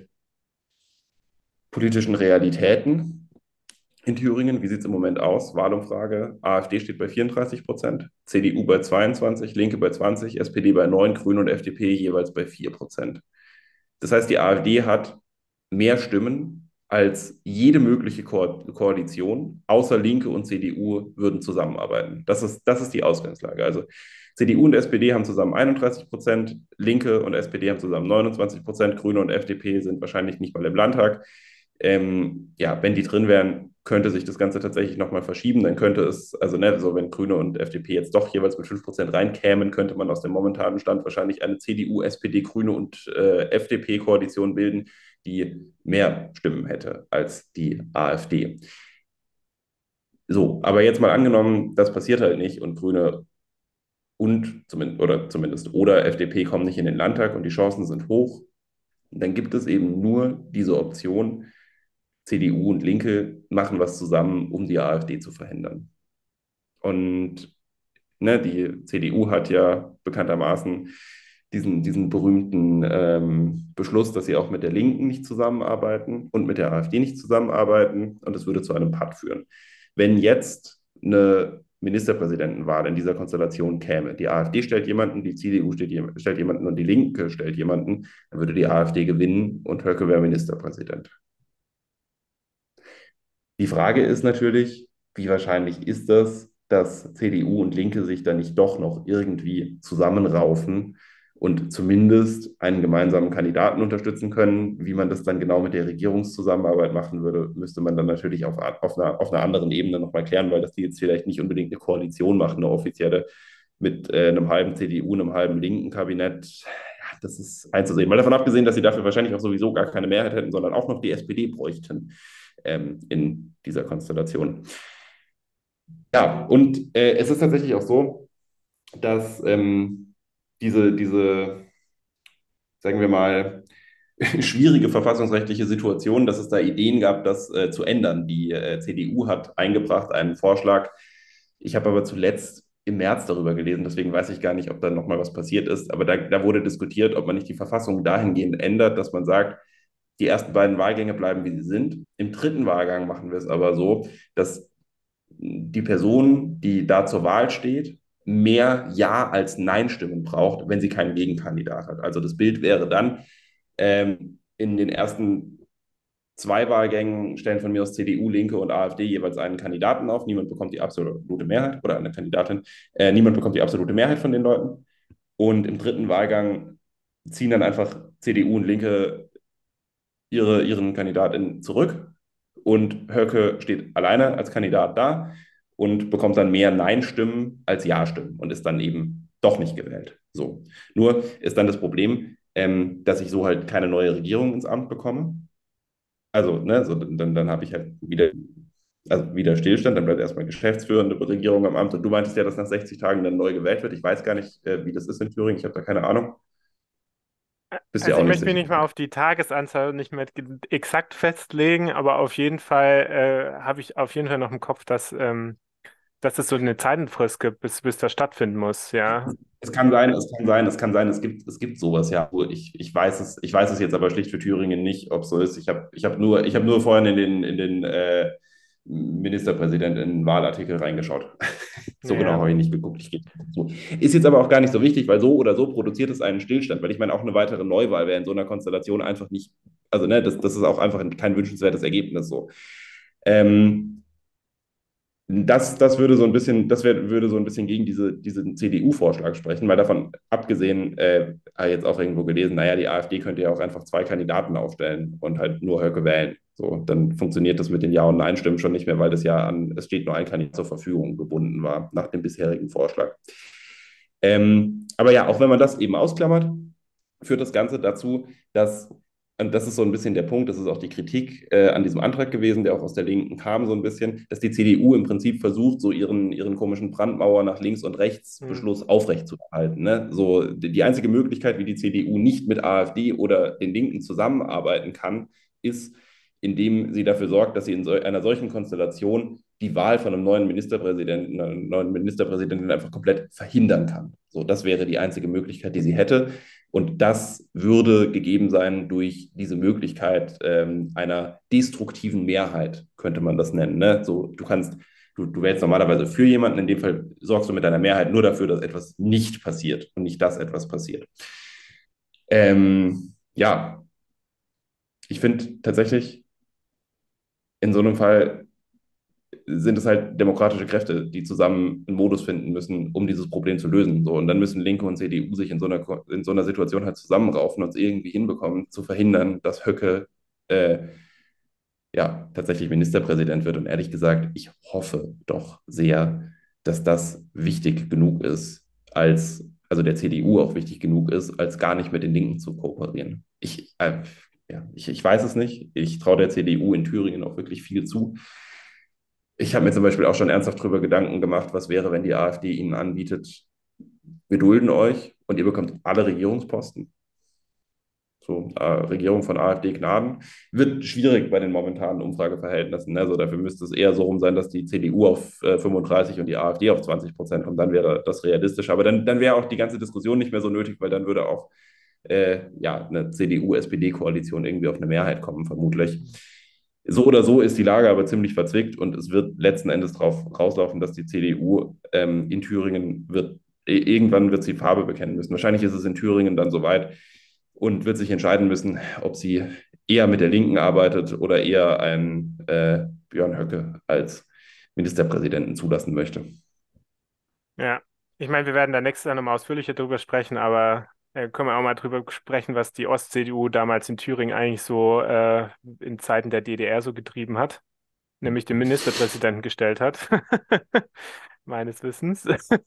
politischen Realitäten in Thüringen. Wie sieht es im Moment aus? Wahlumfrage. AfD steht bei 34%, CDU bei 22%, Linke bei 20%, SPD bei 9%, Grüne und FDP jeweils bei 4%. Das heißt, die AfD hat mehr Stimmen als jede mögliche Koalition, außer Linke und CDU würden zusammenarbeiten. Das ist die Ausgangslage. Also CDU und SPD haben zusammen 31%, Linke und SPD haben zusammen 29%, Grüne und FDP sind wahrscheinlich nicht mal im Landtag. Ja, wenn die drin wären, könnte sich das Ganze tatsächlich nochmal verschieben. Dann könnte es, also ne, so wenn Grüne und FDP jetzt doch jeweils mit 5% reinkämen, könnte man aus dem momentanen Stand wahrscheinlich eine CDU, SPD, Grüne und FDP-Koalition bilden, die mehr Stimmen hätte als die AfD. So, aber jetzt mal angenommen, das passiert halt nicht und Grüne und zumindest oder FDP kommen nicht in den Landtag und die Chancen sind hoch, dann gibt es eben nur diese Option, CDU und Linke machen was zusammen, um die AfD zu verhindern. Und ne, die CDU hat ja bekanntermaßen diesen berühmten Beschluss, dass sie auch mit der Linken nicht zusammenarbeiten und mit der AfD nicht zusammenarbeiten. Und das würde zu einem Patt führen. Wenn jetzt eine Ministerpräsidentenwahl in dieser Konstellation käme, die AfD stellt jemanden, die CDU stellt jemanden und die Linke stellt jemanden, dann würde die AfD gewinnen und Höcke wäre Ministerpräsident. Die Frage ist natürlich, wie wahrscheinlich ist das, dass CDU und Linke sich da nicht doch noch irgendwie zusammenraufen und zumindest einen gemeinsamen Kandidaten unterstützen können. Wie man das dann genau mit der Regierungszusammenarbeit machen würde, müsste man dann natürlich auf einer anderen Ebene nochmal klären, weil das die jetzt vielleicht nicht unbedingt eine Koalition machen, eine offizielle mit einem halben CDU, einem halben linken Kabinett. Ja, das ist einzusehen. Mal davon abgesehen, dass sie dafür wahrscheinlich auch sowieso gar keine Mehrheit hätten, sondern auch noch die SPD bräuchten in dieser Konstellation. Ja, und es ist tatsächlich auch so, dass diese, sagen wir mal, schwierige verfassungsrechtliche Situation, dass es da Ideen gab, das zu ändern. Die CDU hat eingebracht einen Vorschlag. Ich habe aber zuletzt im März darüber gelesen, deswegen weiß ich gar nicht, ob da nochmal was passiert ist. Aber da wurde diskutiert, ob man nicht die Verfassung dahingehend ändert, dass man sagt, die ersten beiden Wahlgänge bleiben, wie sie sind. Im dritten Wahlgang machen wir es aber so, dass die Person, die da zur Wahl steht, mehr Ja als Nein-Stimmen braucht, wenn sie keinen Gegenkandidat hat. Also das Bild wäre dann, in den ersten zwei Wahlgängen stellen von mir aus CDU, Linke und AfD jeweils einen Kandidaten auf. Niemand bekommt die absolute Mehrheit oder eine Kandidatin. Niemand bekommt die absolute Mehrheit von den Leuten. Und im dritten Wahlgang ziehen dann einfach CDU und Linke ihren Kandidaten zurück und Höcke steht alleine als Kandidat da und bekommt dann mehr Nein-Stimmen als Ja-Stimmen und ist dann eben doch nicht gewählt. So. Nur ist dann das Problem, dass ich so halt keine neue Regierung ins Amt bekomme. Also, ne, so, dann habe ich halt wieder Stillstand, dann bleibt erstmal geschäftsführende Regierung am Amt. Und du meintest ja, dass nach 60 Tagen dann neu gewählt wird. Ich weiß gar nicht, wie das ist in Thüringen. Ich habe da keine Ahnung. Bist ja Also auch ich nicht möchte mich sicher. nicht mal auf die Tagesanzahl nicht mehr exakt festlegen, aber auf jeden Fall habe ich auf jeden Fall noch im Kopf, dass es so eine Zeitenfrist gibt, bis das stattfinden muss, ja. Es kann sein, es kann sein, es kann sein, es gibt sowas, ja. Ich weiß es jetzt aber schlicht für Thüringen nicht, ob es so ist. Ich hab nur vorhin in den Ministerpräsidenten-Wahlartikel reingeschaut. So genau Ja, habe ich nicht geguckt. Ich gebe zu. Ist jetzt aber auch gar nicht so wichtig, weil so oder so produziert es einen Stillstand, weil ich meine, auch eine weitere Neuwahl wäre in so einer Konstellation einfach nicht, also ne, das ist auch einfach kein wünschenswertes Ergebnis so. Ähm, das würde so ein bisschen, würde so ein bisschen gegen diesen CDU-Vorschlag sprechen, weil davon abgesehen, habe ich jetzt auch irgendwo gelesen, naja, die AfD könnte ja auch einfach zwei Kandidaten aufstellen und halt nur Höcke wählen. So, dann funktioniert das mit den Ja- und Nein-Stimmen schon nicht mehr, weil das ja es steht nur ein Kandidat zur Verfügung gebunden war, nach dem bisherigen Vorschlag. Aber ja, auch wenn man das eben ausklammert, führt das Ganze dazu, dass, und das ist so ein bisschen der Punkt, das ist auch die Kritik an diesem Antrag gewesen, der auch aus der Linken kam, so ein bisschen, dass die CDU im Prinzip versucht, so ihren komischen Brandmauer nach links und rechts hm, Beschluss aufrechtzuerhalten. Ne? So die einzige Möglichkeit, wie die CDU nicht mit AfD oder den Linken zusammenarbeiten kann, ist, indem sie dafür sorgt, dass sie in einer solchen Konstellation die Wahl von einem neuen Ministerpräsidenten, einer neuen Ministerpräsidentin einfach komplett verhindern kann. So, das wäre die einzige Möglichkeit, die sie hätte. Und das würde gegeben sein durch diese Möglichkeit einer destruktiven Mehrheit, könnte man das nennen. Ne? So, du wählst normalerweise für jemanden, in dem Fall sorgst du mit deiner Mehrheit nur dafür, dass etwas nicht passiert und nicht, dass etwas passiert. Ja, ich finde tatsächlich, in so einem Fall sind es halt demokratische Kräfte, die zusammen einen Modus finden müssen, um dieses Problem zu lösen. So, und dann müssen Linke und CDU sich in so einer Situation halt zusammenraufen und es irgendwie hinbekommen, zu verhindern, dass Höcke äh, ja tatsächlich Ministerpräsident wird. Und ehrlich gesagt, ich hoffe doch sehr, dass das wichtig genug ist, also der CDU auch wichtig genug ist, als gar nicht mit den Linken zu kooperieren. Ich weiß es nicht. Ich traue der CDU in Thüringen auch wirklich viel zu. Ich habe mir zum Beispiel auch schon ernsthaft darüber Gedanken gemacht, was wäre, wenn die AfD ihnen anbietet, wir dulden euch und ihr bekommt alle Regierungsposten. So, Regierung von AfD Gnaden. Wird schwierig bei den momentanen Umfrageverhältnissen. Ne? Also dafür müsste es eher so rum sein, dass die CDU auf 35 und die AfD auf 20% kommt. Dann wäre das realistisch. Aber dann wäre auch die ganze Diskussion nicht mehr so nötig, weil dann würde auch ja, eine CDU-SPD-Koalition irgendwie auf eine Mehrheit kommen, vermutlich. So oder so ist die Lage aber ziemlich verzwickt und es wird letzten Endes darauf rauslaufen, dass die CDU in Thüringen irgendwann wird sie Farbe bekennen müssen. Wahrscheinlich ist es in Thüringen dann soweit und wird sich entscheiden müssen, ob sie eher mit der Linken arbeitet oder eher einen Björn Höcke als Ministerpräsidenten zulassen möchte. ja. Ich meine, wir werden da nächstes Jahr nochmal ausführlicher drüber sprechen, aber können wir auch mal drüber sprechen, was die Ost-CDU damals in Thüringen eigentlich so in Zeiten der DDR so getrieben hat, nämlich den Ministerpräsidenten gestellt hat, meines Wissens,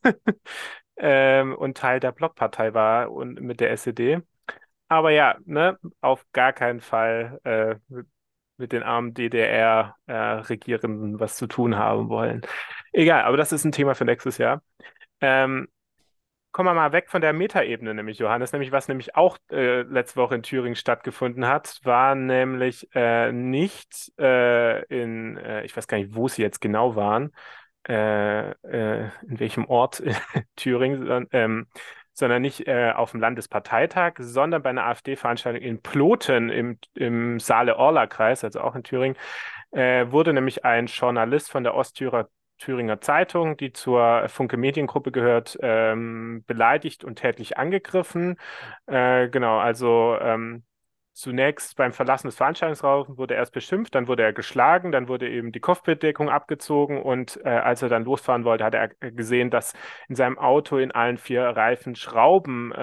und Teil der Blockpartei war und mit der SED. Aber ja, ne, auf gar keinen Fall mit den armen DDR-Regierenden was zu tun haben wollen. Egal, aber das ist ein Thema für nächstes Jahr. Ähm, Kommen wir mal weg von der Metaebene, nämlich Johannes, nämlich was nämlich auch letzte Woche in Thüringen stattgefunden hat, war nämlich nicht ich weiß gar nicht, wo sie jetzt genau waren, in welchem Ort in Thüringen, sondern nicht auf dem Landesparteitag, sondern bei einer AfD-Veranstaltung in Ploten im Saale-Orla-Kreis, also auch in Thüringen, wurde nämlich ein Journalist von der Thüringer Zeitung, die zur Funke Mediengruppe gehört, beleidigt und tätlich angegriffen. Genau, also zunächst beim Verlassen des Veranstaltungsraums wurde er erst beschimpft, dann wurde er geschlagen, dann wurde eben die Kopfbedeckung abgezogen und als er dann losfahren wollte, hat er gesehen, dass in seinem Auto in allen vier Reifen Schrauben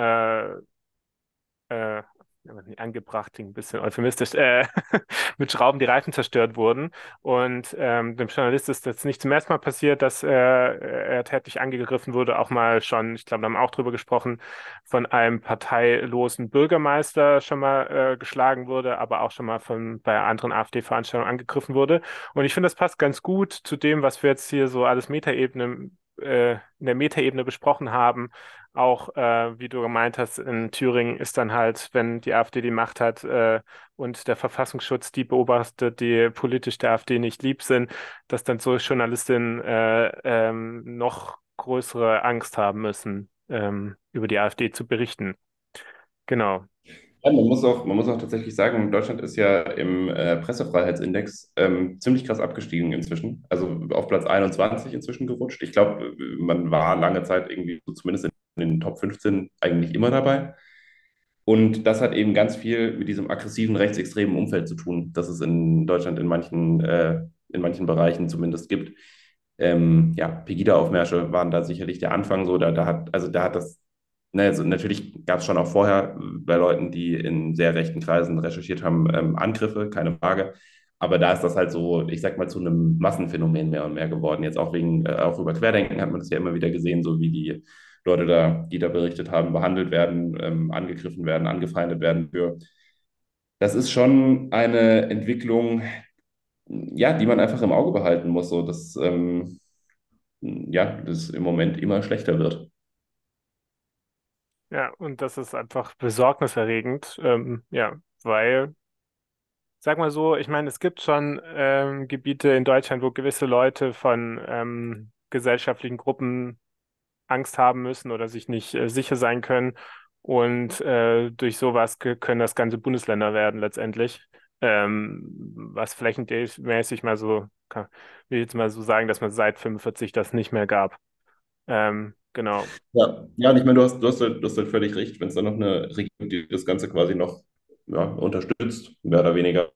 äh, angebracht, klingt ein bisschen euphemistisch, mit Schrauben die Reifen zerstört wurden. Und dem Journalist ist das nicht zum ersten Mal passiert, dass er tätlich angegriffen wurde, auch mal schon, ich glaube, da haben wir auch drüber gesprochen, von einem parteilosen Bürgermeister schon mal geschlagen wurde, aber auch schon mal bei anderen AfD-Veranstaltungen angegriffen wurde. Und ich finde, das passt ganz gut zu dem, was wir jetzt hier so alles in der Metaebene besprochen haben. Auch, wie du gemeint hast, in Thüringen ist dann halt, wenn die AfD die Macht hat, und der Verfassungsschutz die beobachtet, die politisch der AfD nicht lieb sind, dass dann so Journalistinnen noch größere Angst haben müssen, über die AfD zu berichten. Genau. Ja, man muss auch tatsächlich sagen, Deutschland ist ja im Pressefreiheitsindex ziemlich krass abgestiegen inzwischen. Also auf Platz 21 inzwischen gerutscht. Ich glaube, man war lange Zeit irgendwie so zumindest in den Top 15 eigentlich immer dabei. Und das hat eben ganz viel mit diesem aggressiven rechtsextremen Umfeld zu tun, das es in Deutschland in manchen Bereichen zumindest gibt. Ja, Pegida-Aufmärsche waren da sicherlich der Anfang so. Da hat das, ne, also natürlich gab es schon auch vorher bei Leuten, die in sehr rechten Kreisen recherchiert haben, Angriffe, keine Frage. Aber da ist das halt so, ich sag mal, zu einem Massenphänomen mehr und mehr geworden. Jetzt auch auch über Querdenken hat man das ja immer wieder gesehen, so wie die Leute da, die da berichtet haben, behandelt werden, angegriffen werden, angefeindet werden für. Das ist schon eine Entwicklung, ja, die man einfach im Auge behalten muss, so dass ja, das im Moment immer schlechter wird. Ja, und das ist einfach besorgniserregend, ja, weil, sag mal so, ich meine, es gibt schon Gebiete in Deutschland, wo gewisse Leute von gesellschaftlichen Gruppen Angst haben müssen oder sich nicht sicher sein können. Und durch sowas können das ganze Bundesländer werden letztendlich. Was flächenmäßig mal so, will ich jetzt mal so sagen, dass man seit 45 das nicht mehr gab. Genau. Ja, und ich meine, du hast halt völlig recht, wenn es dann noch eine Regierung gibt, die das Ganze quasi noch ja, unterstützt, mehr oder weniger.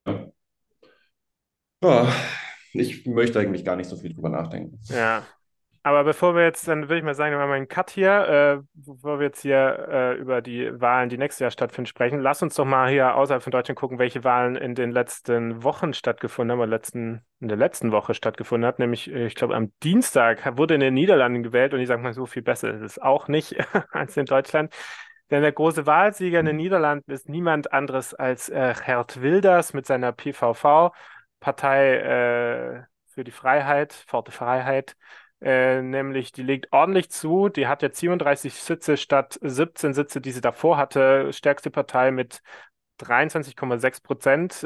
Ja, ich möchte eigentlich gar nicht so viel drüber nachdenken. Ja. Aber bevor wir jetzt, dann würde ich mal sagen, wir machen mal einen Cut hier, bevor wir jetzt hier über die Wahlen, die nächstes Jahr stattfinden, sprechen. Lass uns doch mal hier außerhalb von Deutschland gucken, welche Wahlen in den letzten Wochen stattgefunden haben, oder in der letzten Woche stattgefunden hat. Nämlich, ich glaube, am Dienstag wurde in den Niederlanden gewählt und ich sage mal, so viel besser ist es auch nicht als in Deutschland. Denn der große Wahlsieger in den Niederlanden ist niemand anderes als Geert Wilders mit seiner PVV, Partei für die Freiheit, Forte Freiheit. Nämlich, die legt ordentlich zu. Die hat jetzt 37 Sitze statt 17 Sitze, die sie davor hatte. Stärkste Partei mit 23,6%.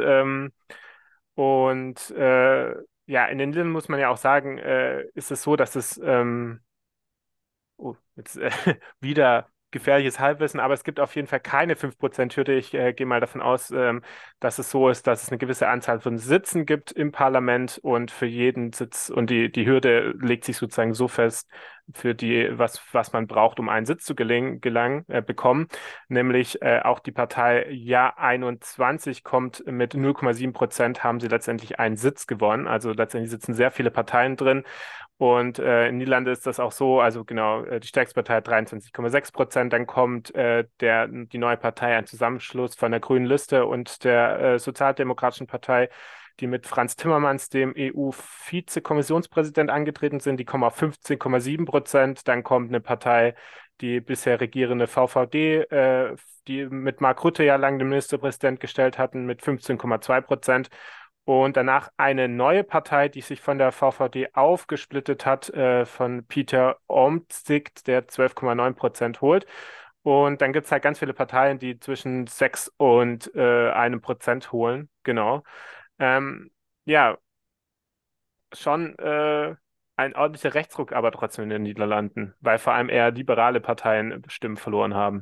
Und ja, in den Ländern muss man ja auch sagen, ist es so, dass es oh, jetzt wieder gefährliches Halbwissen, aber es gibt auf jeden Fall keine 5%-Hürde. Ich gehe mal davon aus, dass es so ist, dass es eine gewisse Anzahl von Sitzen gibt im Parlament und für jeden Sitz, und die Hürde legt sich sozusagen so fest, für was man braucht, um einen Sitz zu bekommen. Nämlich auch die Partei Ja 21 kommt mit 0,7%, haben sie letztendlich einen Sitz gewonnen. Also letztendlich sitzen sehr viele Parteien drin. Und in Niederlande ist das auch so, also genau, die stärkste Partei hat 23,6%, dann kommt die neue Partei, ein Zusammenschluss von der Grünen Liste und der Sozialdemokratischen Partei, die mit Franz Timmermans, dem EU-Vizekommissionspräsident, angetreten sind, die kommen auf 15,7%, dann kommt eine Partei, die bisher regierende VVD, die mit Mark Rutte ja lange den Ministerpräsident gestellt hatten, mit 15,2%. Und danach eine neue Partei, die sich von der VVD aufgesplittet hat, von Peter Omtzigt, der 12,9% holt. Und dann gibt es halt ganz viele Parteien, die zwischen 6 und 1% holen. Genau. Ähm, ja, schon. ein ordentlicher Rechtsruck aber trotzdem in den Niederlanden, weil vor allem eher liberale Parteien Stimmen verloren haben.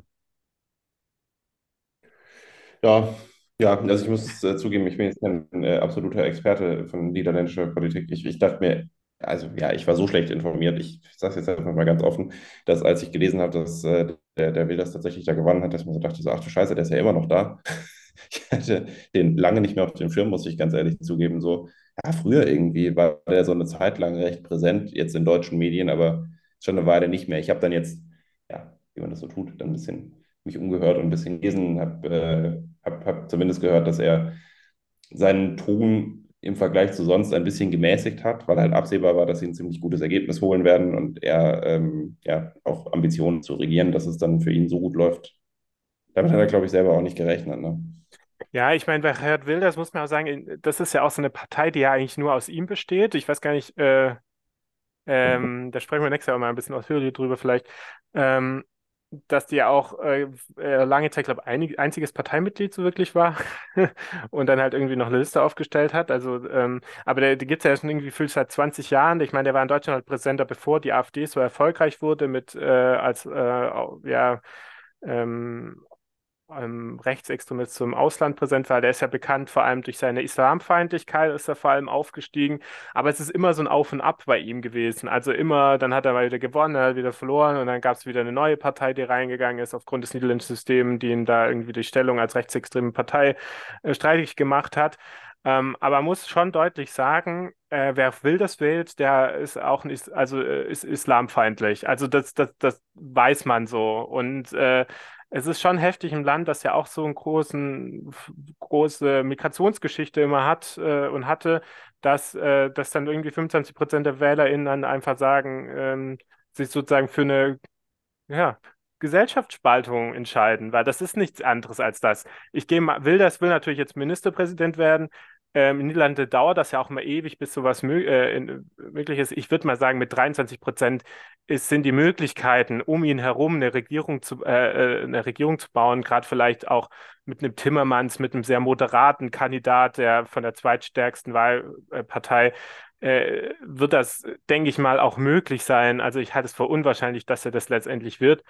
Ja, ja, also ich muss zugeben, ich bin jetzt kein absoluter Experte von niederländischer Politik. Ich dachte mir, also ja, ich war so schlecht informiert, ich sage es jetzt einfach mal ganz offen, dass als ich gelesen habe, dass der Wilders tatsächlich da gewonnen hat, dass ich mir so dachte, so, ach du Scheiße, der ist ja immer noch da. Ich hatte den lange nicht mehr auf dem Schirm, muss ich ganz ehrlich zugeben. So, ja, früher irgendwie war der so eine Zeit lang recht präsent, jetzt in deutschen Medien, aber schon eine Weile nicht mehr. Ich habe dann jetzt, ja, wie man das so tut, dann ein bisschen mich umgehört und ein bisschen gelesen, hab zumindest gehört, dass er seinen Ton im Vergleich zu sonst ein bisschen gemäßigt hat, weil halt absehbar war, dass sie ein ziemlich gutes Ergebnis holen werden und er ja auch Ambitionen zu regieren, dass es dann für ihn so gut läuft. Damit hat er, glaube ich, selber auch nicht gerechnet. Ne? Ja, ich meine, bei Geert Wilders muss man auch sagen, das ist ja auch so eine Partei, die ja eigentlich nur aus ihm besteht. Ich weiß gar nicht, da sprechen wir nächstes Jahr auch mal ein bisschen ausführlicher drüber vielleicht, ähm, dass die ja auch lange Zeit, glaube ich, einziges Parteimitglied so wirklich war und dann halt irgendwie noch eine Liste aufgestellt hat. Also, aber die gibt es ja schon irgendwie gefühlt seit 20 Jahren. Ich meine, der war in Deutschland halt präsenter, bevor die AfD so erfolgreich wurde mit ja, ähm, Rechtsextremist im Ausland präsent war. Der ist ja bekannt, vor allem durch seine Islamfeindlichkeit ist er vor allem aufgestiegen. Aber es ist immer so ein Auf und Ab bei ihm gewesen. Also immer, dann hat er mal wieder gewonnen, dann hat er wieder verloren und dann gab es wieder eine neue Partei, die reingegangen ist aufgrund des niederländischen Systems, die ihn da irgendwie die Stellung als rechtsextreme Partei streitig gemacht hat. Aber man muss schon deutlich sagen, wer will das wählt, der ist auch nicht, also ist islamfeindlich. Also das weiß man so. Und es ist schon heftig im Land, das ja auch so eine große Migrationsgeschichte immer hat und hatte, dass dann irgendwie 25% der WählerInnen dann einfach sagen, sich sozusagen für eine ja, Gesellschaftsspaltung entscheiden, weil das ist nichts anderes als das. Wilders will natürlich jetzt Ministerpräsident werden. In Niederlande dauert das ja auch immer ewig, bis sowas möglich ist. Ich würde mal sagen, mit 23% sind die Möglichkeiten, um ihn herum eine Regierung zu bauen, gerade vielleicht auch mit einem Timmermans, mit einem sehr moderaten Kandidat, der von der zweitstärksten Wahlpartei wird das, denke ich mal, auch möglich sein. Also ich halte es für unwahrscheinlich, dass er das letztendlich wird.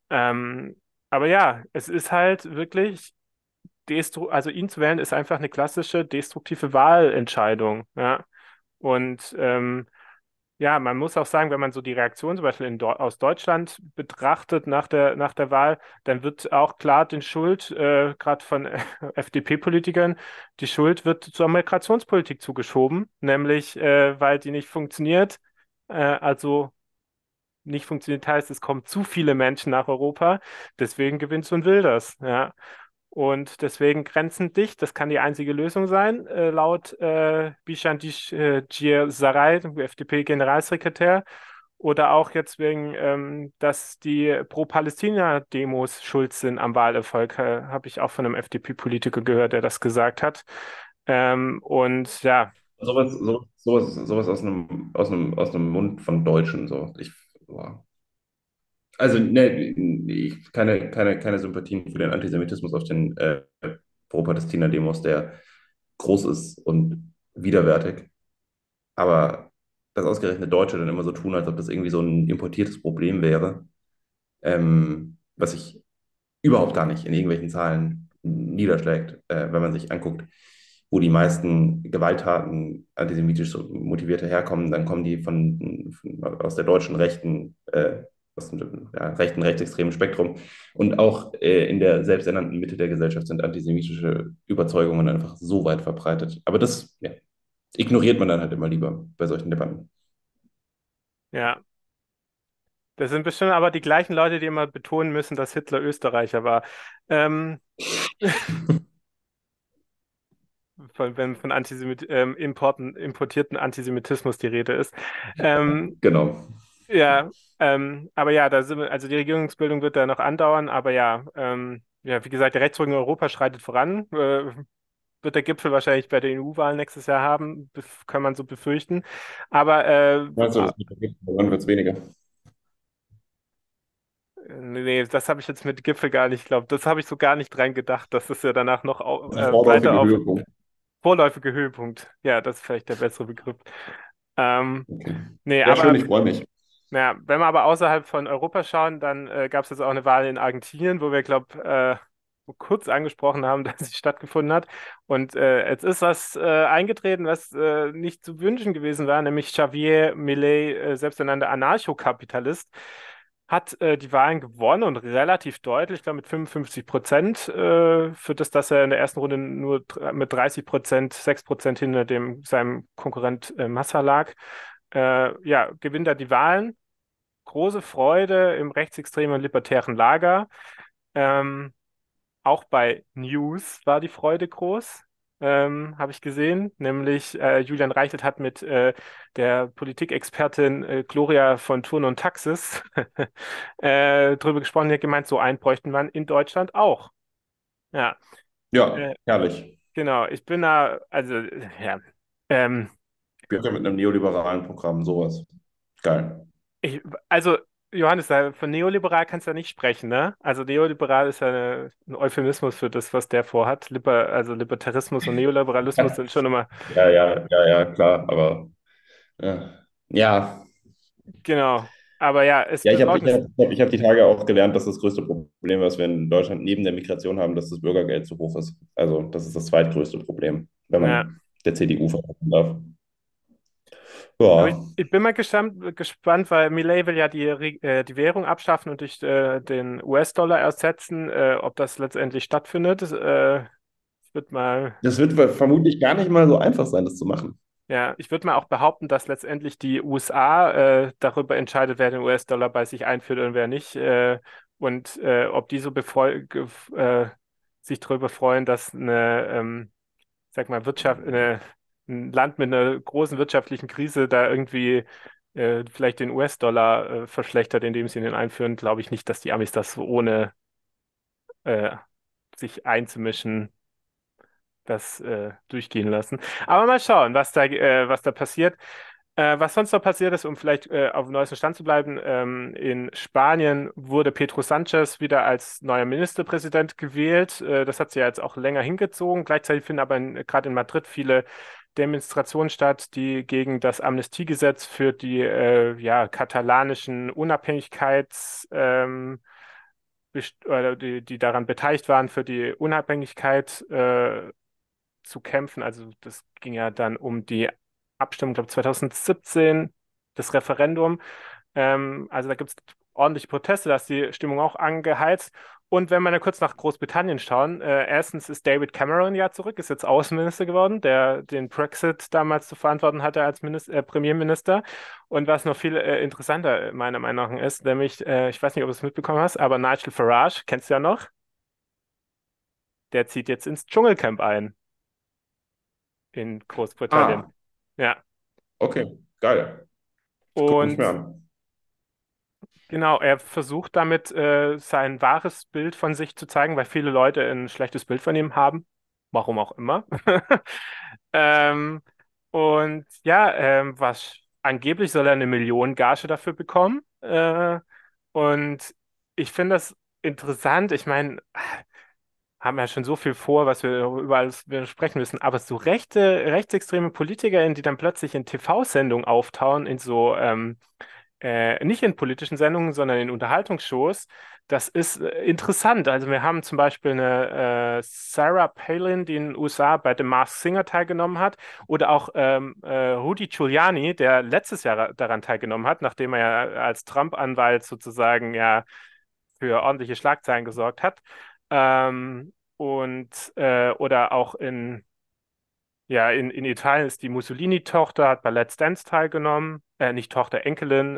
Aber ja, es ist halt wirklich, also ihn zu wählen ist einfach eine klassische destruktive Wahlentscheidung. Ja. Und ja, man muss auch sagen, wenn man so die Reaktion zum Beispiel aus Deutschland betrachtet nach der Wahl, dann wird auch klar den Schuld, gerade von FDP-Politikern, die Schuld wird zur Migrationspolitik zugeschoben, nämlich weil die nicht funktioniert. Also nicht funktioniert heißt, es kommen zu viele Menschen nach Europa, deswegen gewinnt so ein Wilders. Ja. Und deswegen Grenzen dicht, das kann die einzige Lösung sein, laut Bishan Saray, FDP-Generalsekretär. Oder auch jetzt wegen, dass die Pro-Palästina-Demos schuld sind am Wahlerfolg, habe ich auch von einem FDP-Politiker gehört, der das gesagt hat. Und ja, Sowas aus einem Mund von Deutschen, so. Boah. Also, ne, keine Sympathien für den Antisemitismus auf den Pro-Palästina-Demos, der groß ist und widerwärtig. Aber dass ausgerechnet Deutsche dann immer so tun, als ob das irgendwie so ein importiertes Problem wäre, was sich überhaupt gar nicht in irgendwelchen Zahlen niederschlägt, wenn man sich anguckt, wo die meisten Gewalttaten antisemitisch so motivierte herkommen, dann kommen die aus der deutschen rechten, aus dem rechten, rechtsextremen Spektrum. Und auch in der selbsternannten Mitte der Gesellschaft sind antisemitische Überzeugungen einfach so weit verbreitet. Aber das ja, ignoriert man dann halt immer lieber bei solchen Debatten. ja. Das sind bestimmt aber die gleichen Leute, die immer betonen müssen, dass Hitler Österreicher war. Ähm, wenn von importierten Antisemitismus die Rede ist. Ähm, Genau. ja, aber ja, also die Regierungsbildung wird da noch andauern, aber ja, ja, wie gesagt, der Rechtsruck in Europa schreitet voran. Wird der Gipfel wahrscheinlich bei den EU-Wahlen nächstes Jahr haben, kann man so befürchten. Aber Meinst du, das wird, wann wird es weniger? nee, das habe ich jetzt mit Gipfel gar nicht, glaube das habe ich so gar nicht dran gedacht, dass es ja danach noch Der weiter vorläufige auf Höhepunkt. vorläufige Höhepunkt. Ja, das ist vielleicht der bessere Begriff. Okay. Ähm, nee, Ja, schön, aber ich freue mich. naja, wenn wir aber außerhalb von Europa schauen, dann gab es jetzt auch eine Wahl in Argentinien, wo wir, glaube kurz angesprochen haben, dass sie stattgefunden hat. Und jetzt ist was eingetreten, was nicht zu wünschen gewesen war, nämlich Javier Milei, selbsternannter Anarchokapitalist, hat die Wahlen gewonnen und relativ deutlich, ich glaube mit 55%, für das, dass er in der ersten Runde nur mit 30%, 6% hinter seinem Konkurrent Massa lag. Ja, gewinnt er die Wahlen, große Freude im rechtsextremen und libertären Lager. Ähm, Auch bei News war die Freude groß, habe ich gesehen. Nämlich Julian Reichelt hat mit der Politikexpertin Gloria von Thurn und Taxis drüber gesprochen. Die hat gemeint, so einen bräuchten man in Deutschland auch. Ja, Ja, äh, herrlich. genau. Ich bin da, also, ja. Ähm, Wir mit einem neoliberalen Programm, sowas. Geil. Ich, also, Johannes, von neoliberal kannst du ja nicht sprechen, ne? Also neoliberal ist ja ein Euphemismus für das, was der vorhat. Also Libertarismus und Neoliberalismus sind schon immer, Ja, ja, ja, ja, klar, aber ja. genau. Aber ja, ist Ja, Besorgnis. ich hab die Tage auch gelernt, dass das größte Problem, was wir in Deutschland neben der Migration haben, dass das Bürgergeld zu hoch ist. Also, das ist das zweitgrößte Problem, wenn Ja. man der CDU vertrauen darf. Aber Ja, ich bin mal gespannt, weil Milei will ja die Währung abschaffen und durch den US-Dollar ersetzen. Ob das letztendlich stattfindet, wird mal. das wird vermutlich gar nicht mal so einfach sein, das zu machen. Ja, ich würde mal auch behaupten, dass letztendlich die USA darüber entscheidet, wer den US-Dollar bei sich einführt und wer nicht. Und ob die so sich darüber freuen, dass sag mal, ein Land mit einer großen wirtschaftlichen Krise da irgendwie vielleicht den US-Dollar verschlechtert, indem sie ihn einführen, glaube ich nicht, dass die Amis das so ohne äh, sich einzumischen das durchgehen lassen. Aber mal schauen, was da passiert. Was sonst noch passiert ist, um vielleicht auf dem neuesten Stand zu bleiben, in Spanien wurde Pedro Sánchez wieder als neuer Ministerpräsident gewählt. Das hat sich ja jetzt auch länger hingezogen. Gleichzeitig finden aber gerade in Madrid viele Demonstrationen statt, die gegen das Amnestiegesetz für die ja, katalanischen Unabhängigkeits oder die daran beteiligt waren, für die Unabhängigkeit zu kämpfen. Also das ging ja dann um die Abstimmung, glaube 2017, das Referendum. Also da gibt es ordentliche Proteste, da ist die Stimmung auch angeheizt. Und wenn wir dann kurz nach Großbritannien schauen, erstens ist David Cameron ja zurück, ist jetzt Außenminister geworden, der den Brexit damals zu verantworten hatte als Premierminister. Und was noch viel interessanter meiner Meinung nach ist, nämlich, ich weiß nicht, ob du es mitbekommen hast, aber Nigel Farage, kennst du ja noch, der zieht jetzt ins Dschungelcamp ein in Großbritannien. Ah, Ja, okay, geil. Ich gucke mich mir und an. genau, er versucht damit sein wahres Bild von sich zu zeigen, weil viele Leute ein schlechtes Bild von ihm haben, warum auch immer. Ähm, und ja, was angeblich soll er eine Million Gage dafür bekommen. Und ich finde das interessant. Ich meine, haben ja schon so viel vor, was wir über alles wir sprechen müssen, aber so rechtsextreme PolitikerInnen, die dann plötzlich in TV-Sendungen auftauchen, in so nicht in politischen Sendungen, sondern in Unterhaltungsshows. Das ist interessant. Also wir haben zum Beispiel eine Sarah Palin, die in den USA bei The Masked Singer teilgenommen hat, oder auch Rudy Giuliani, der letztes Jahr daran teilgenommen hat, nachdem er ja als Trump-Anwalt sozusagen ja für ordentliche Schlagzeilen gesorgt hat. Oder auch in Italien ist die Mussolini-Tochter, hat bei Let's Dance teilgenommen, nicht Tochter, Enkelin,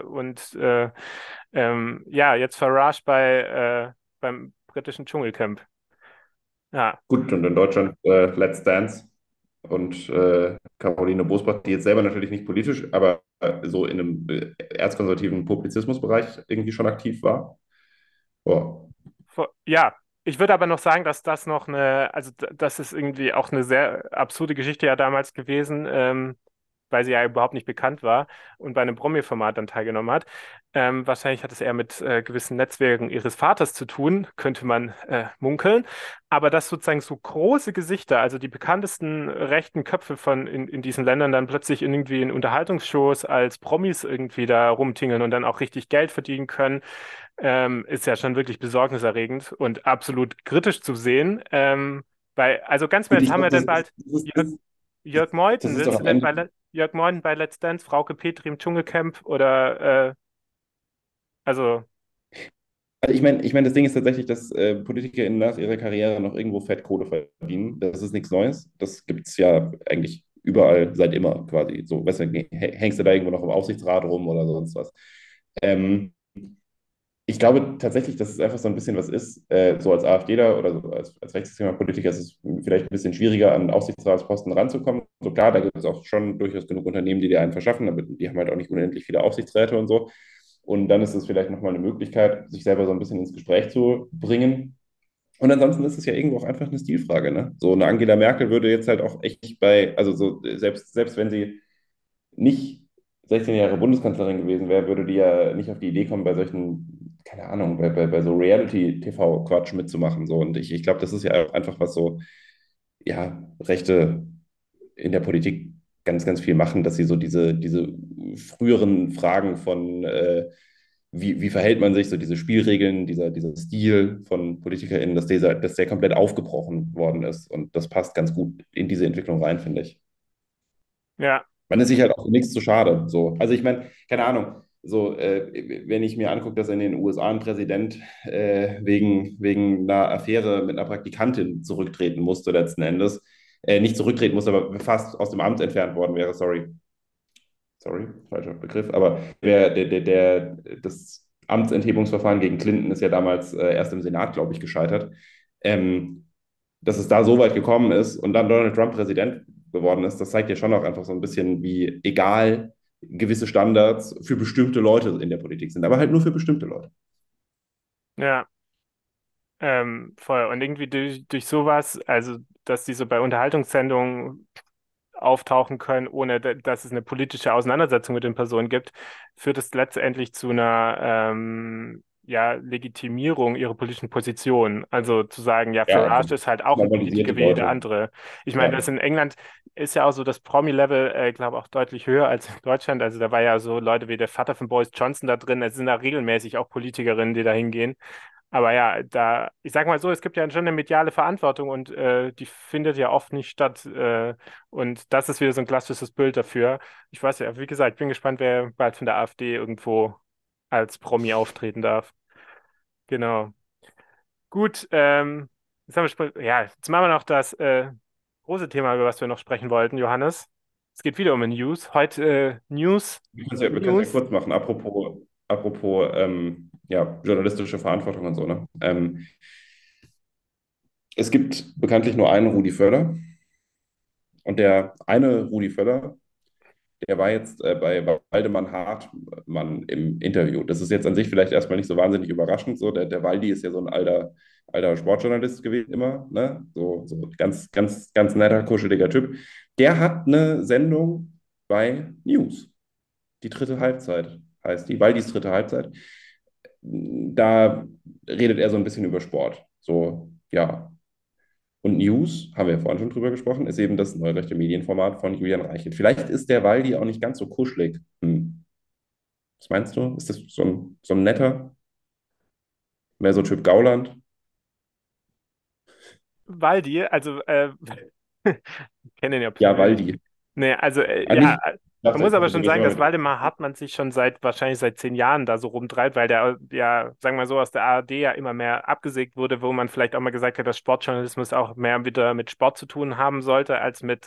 ja, jetzt Farage beim britischen Dschungelcamp. Ja, Gut, und in Deutschland Let's Dance und Caroline Bosbach, die jetzt selber natürlich nicht politisch, aber so in einem erzkonservativen Publizismusbereich irgendwie schon aktiv war. Oh. ja, ich würde aber noch sagen, dass das das ist irgendwie auch eine sehr absurde Geschichte ja damals gewesen. weil sie ja überhaupt nicht bekannt war und bei einem Promi-Format dann teilgenommen hat. Wahrscheinlich hat es eher mit gewissen Netzwerken ihres Vaters zu tun, könnte man munkeln. Aber dass sozusagen so große Gesichter, also die bekanntesten rechten Köpfe in diesen Ländern dann plötzlich irgendwie in Unterhaltungsshows als Promis irgendwie da rumtingeln und dann auch richtig Geld verdienen können, ist ja schon wirklich besorgniserregend und absolut kritisch zu sehen. Weil, also ganz im Gut, Ernst, ich haben wir glaube, denn bald Jörg, Jörg das Meuthen? ist doch Willst du am denn Ende. Jörg Meuthen bei Let's Dance, Frauke Petri im Dschungelcamp oder also, Ich meine, das Ding ist tatsächlich, dass PolitikerInnen nach ihrer Karriere noch irgendwo Fettkohle verdienen. Das ist nichts Neues. Das gibt es ja eigentlich überall seit immer quasi. So, weißt du, hängst du da irgendwo noch im Aufsichtsrat rum oder sonst was. Ähm, Ich glaube tatsächlich, dass es einfach so ein bisschen was ist, so als AfDler oder so als rechtsextremer Politiker ist es vielleicht ein bisschen schwieriger, an Aufsichtsratsposten ranzukommen. So klar, da gibt es auch schon durchaus genug Unternehmen, die dir einen verschaffen, aber die haben halt auch nicht unendlich viele Aufsichtsräte und so. Und dann ist es vielleicht nochmal eine Möglichkeit, sich selber so ein bisschen ins Gespräch zu bringen. Und ansonsten ist es ja irgendwo auch einfach eine Stilfrage, ne? So eine Angela Merkel würde jetzt halt auch echt also so, selbst wenn sie nicht 16 Jahre Bundeskanzlerin gewesen wäre, würde die ja nicht auf die Idee kommen, bei solchen, keine Ahnung, bei so Reality-TV-Quatsch mitzumachen. So. Und ich glaube, das ist ja auch einfach was so, ja, Rechte in der Politik ganz, ganz viel machen, dass sie so diese früheren Fragen von wie verhält man sich, so diese Spielregeln, dieser Stil von PolitikerInnen, dass der komplett aufgebrochen worden ist. Und das passt ganz gut in diese Entwicklung rein, finde ich. ja, Man ist sich halt auch für nichts zu schade. So. Also ich meine, keine Ahnung, so, wenn ich mir angucke, dass in den USA ein Präsident wegen einer Affäre mit einer Praktikantin zurücktreten musste letzten Endes, nicht zurücktreten musste, aber fast aus dem Amt entfernt worden wäre, sorry, falscher Begriff, aber das Amtsenthebungsverfahren gegen Clinton ist ja damals erst im Senat, glaube ich, gescheitert. Ähm, Dass es da so weit gekommen ist und dann Donald Trump Präsident geworden ist, das zeigt ja schon auch einfach so ein bisschen, wie egal gewisse Standards für bestimmte Leute in der Politik sind, aber halt nur für bestimmte Leute. ja, voll. Und irgendwie durch sowas, also dass die so bei Unterhaltungssendungen auftauchen können, ohne dass es eine politische Auseinandersetzung mit den Personen gibt, führt es letztendlich zu einer ja, Legitimierung ihrer politischen Position. Also zu sagen, ja, Ja, Farage ist halt auch ein normalisierte Politiker wie jeder Leute. andere. Ich meine, Ja, das in England ist ja auch so das Promi-Level, glaube auch deutlich höher als in Deutschland. Also da war ja so Leute wie der Vater von Boris Johnson da drin. Es sind da regelmäßig auch Politikerinnen, die da hingehen. Aber ja, ich sag mal so, es gibt ja schon eine mediale Verantwortung und die findet ja oft nicht statt. Und das ist wieder so ein klassisches Bild dafür. Ich weiß ja, wie gesagt, ich bin gespannt, wer bald von der AfD irgendwo als Promi auftreten darf. Genau. Gut, jetzt haben ja, jetzt machen wir noch das große Thema, über was wir noch sprechen wollten, Johannes. Es geht wieder um News. Heute News, wir können es ja News. kurz machen. Apropos ja, journalistische Verantwortung und so. Ne? Es gibt bekanntlich nur einen Rudi Völler und der eine Rudi Völler, der war jetzt bei Waldemar Hartmann im Interview. Das ist jetzt an sich vielleicht erstmal nicht so wahnsinnig überraschend. So, der Waldi ist ja so ein alter Sportjournalist gewesen immer, ne? So ganz, ganz, ganz netter, kuscheliger Typ. Der hat eine Sendung bei News. Die dritte Halbzeit heißt die, Waldis dritte Halbzeit. Da redet er so ein bisschen über Sport. So, ja, und News, haben wir ja vorhin schon drüber gesprochen, ist eben das neurechte Medienformat von Julian Reichelt. Vielleicht ist der Waldi auch nicht ganz so kuschelig. Was meinst du? Ist das so ein netter, mehr so Typ Gauland? Waldi, also ich kenne ihn ja Ja, persönlich. Waldi. Nee, also ja, Nicht, man dachte, muss aber du schon gehst sagen, mal dass mit. Waldemar Hartmann sich schon wahrscheinlich seit 10 Jahren da so rumtreibt, weil der ja, sagen wir mal so, aus der ARD ja immer mehr abgesägt wurde, wo man vielleicht auch mal gesagt hat, dass Sportjournalismus auch mehr wieder mit Sport zu tun haben sollte, als mit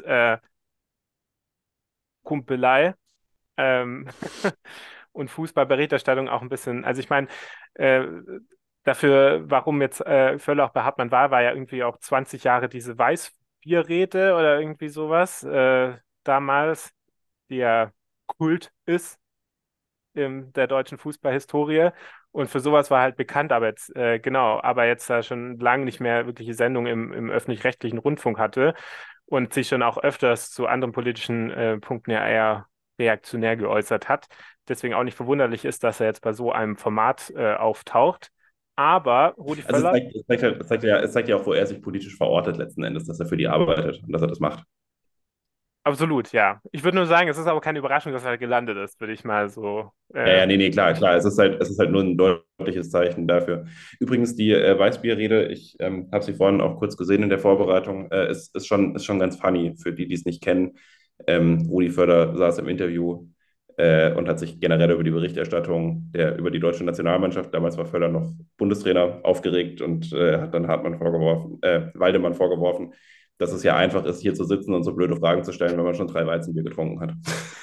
Kumpelei. Ähm, und Fußballberichterstattung auch ein bisschen, also ich meine, äh, dafür, warum jetzt Völler auch bei Hartmann war ja irgendwie auch 20 Jahre diese Weißbierrede oder irgendwie sowas damals, die ja Kult ist in der deutschen Fußballhistorie. Und für sowas war er halt bekannt, aber jetzt, genau, aber jetzt da schon lange nicht mehr wirkliche Sendung im öffentlich-rechtlichen Rundfunk hatte. und sich schon auch öfters zu anderen politischen Punkten ja eher reaktionär geäußert hat. Deswegen auch nicht verwunderlich ist, dass er jetzt bei so einem Format auftaucht. Aber Rudi Also Völler, es zeigt ja auch, wo er sich politisch verortet letzten Endes, dass er für die arbeitet und dass er das macht. absolut, ja. Ich würde nur sagen, es ist aber keine Überraschung, dass er gelandet ist, würde ich mal so. Ja, ja, nee, nee, klar, klar. Es ist halt nur ein deutliches Zeichen dafür. Übrigens, die Weißbierrede, ich habe sie vorhin auch kurz gesehen in der Vorbereitung, ist schon ganz funny für die, die es nicht kennen. Rudi Völler saß im Interview und hat sich generell über die Berichterstattung über die deutsche Nationalmannschaft, damals war Völler noch Bundestrainer, aufgeregt und hat dann Waldemann vorgeworfen, dass es ja einfach ist, hier zu sitzen und so blöde Fragen zu stellen, wenn man schon 3 Weizenbier getrunken hat.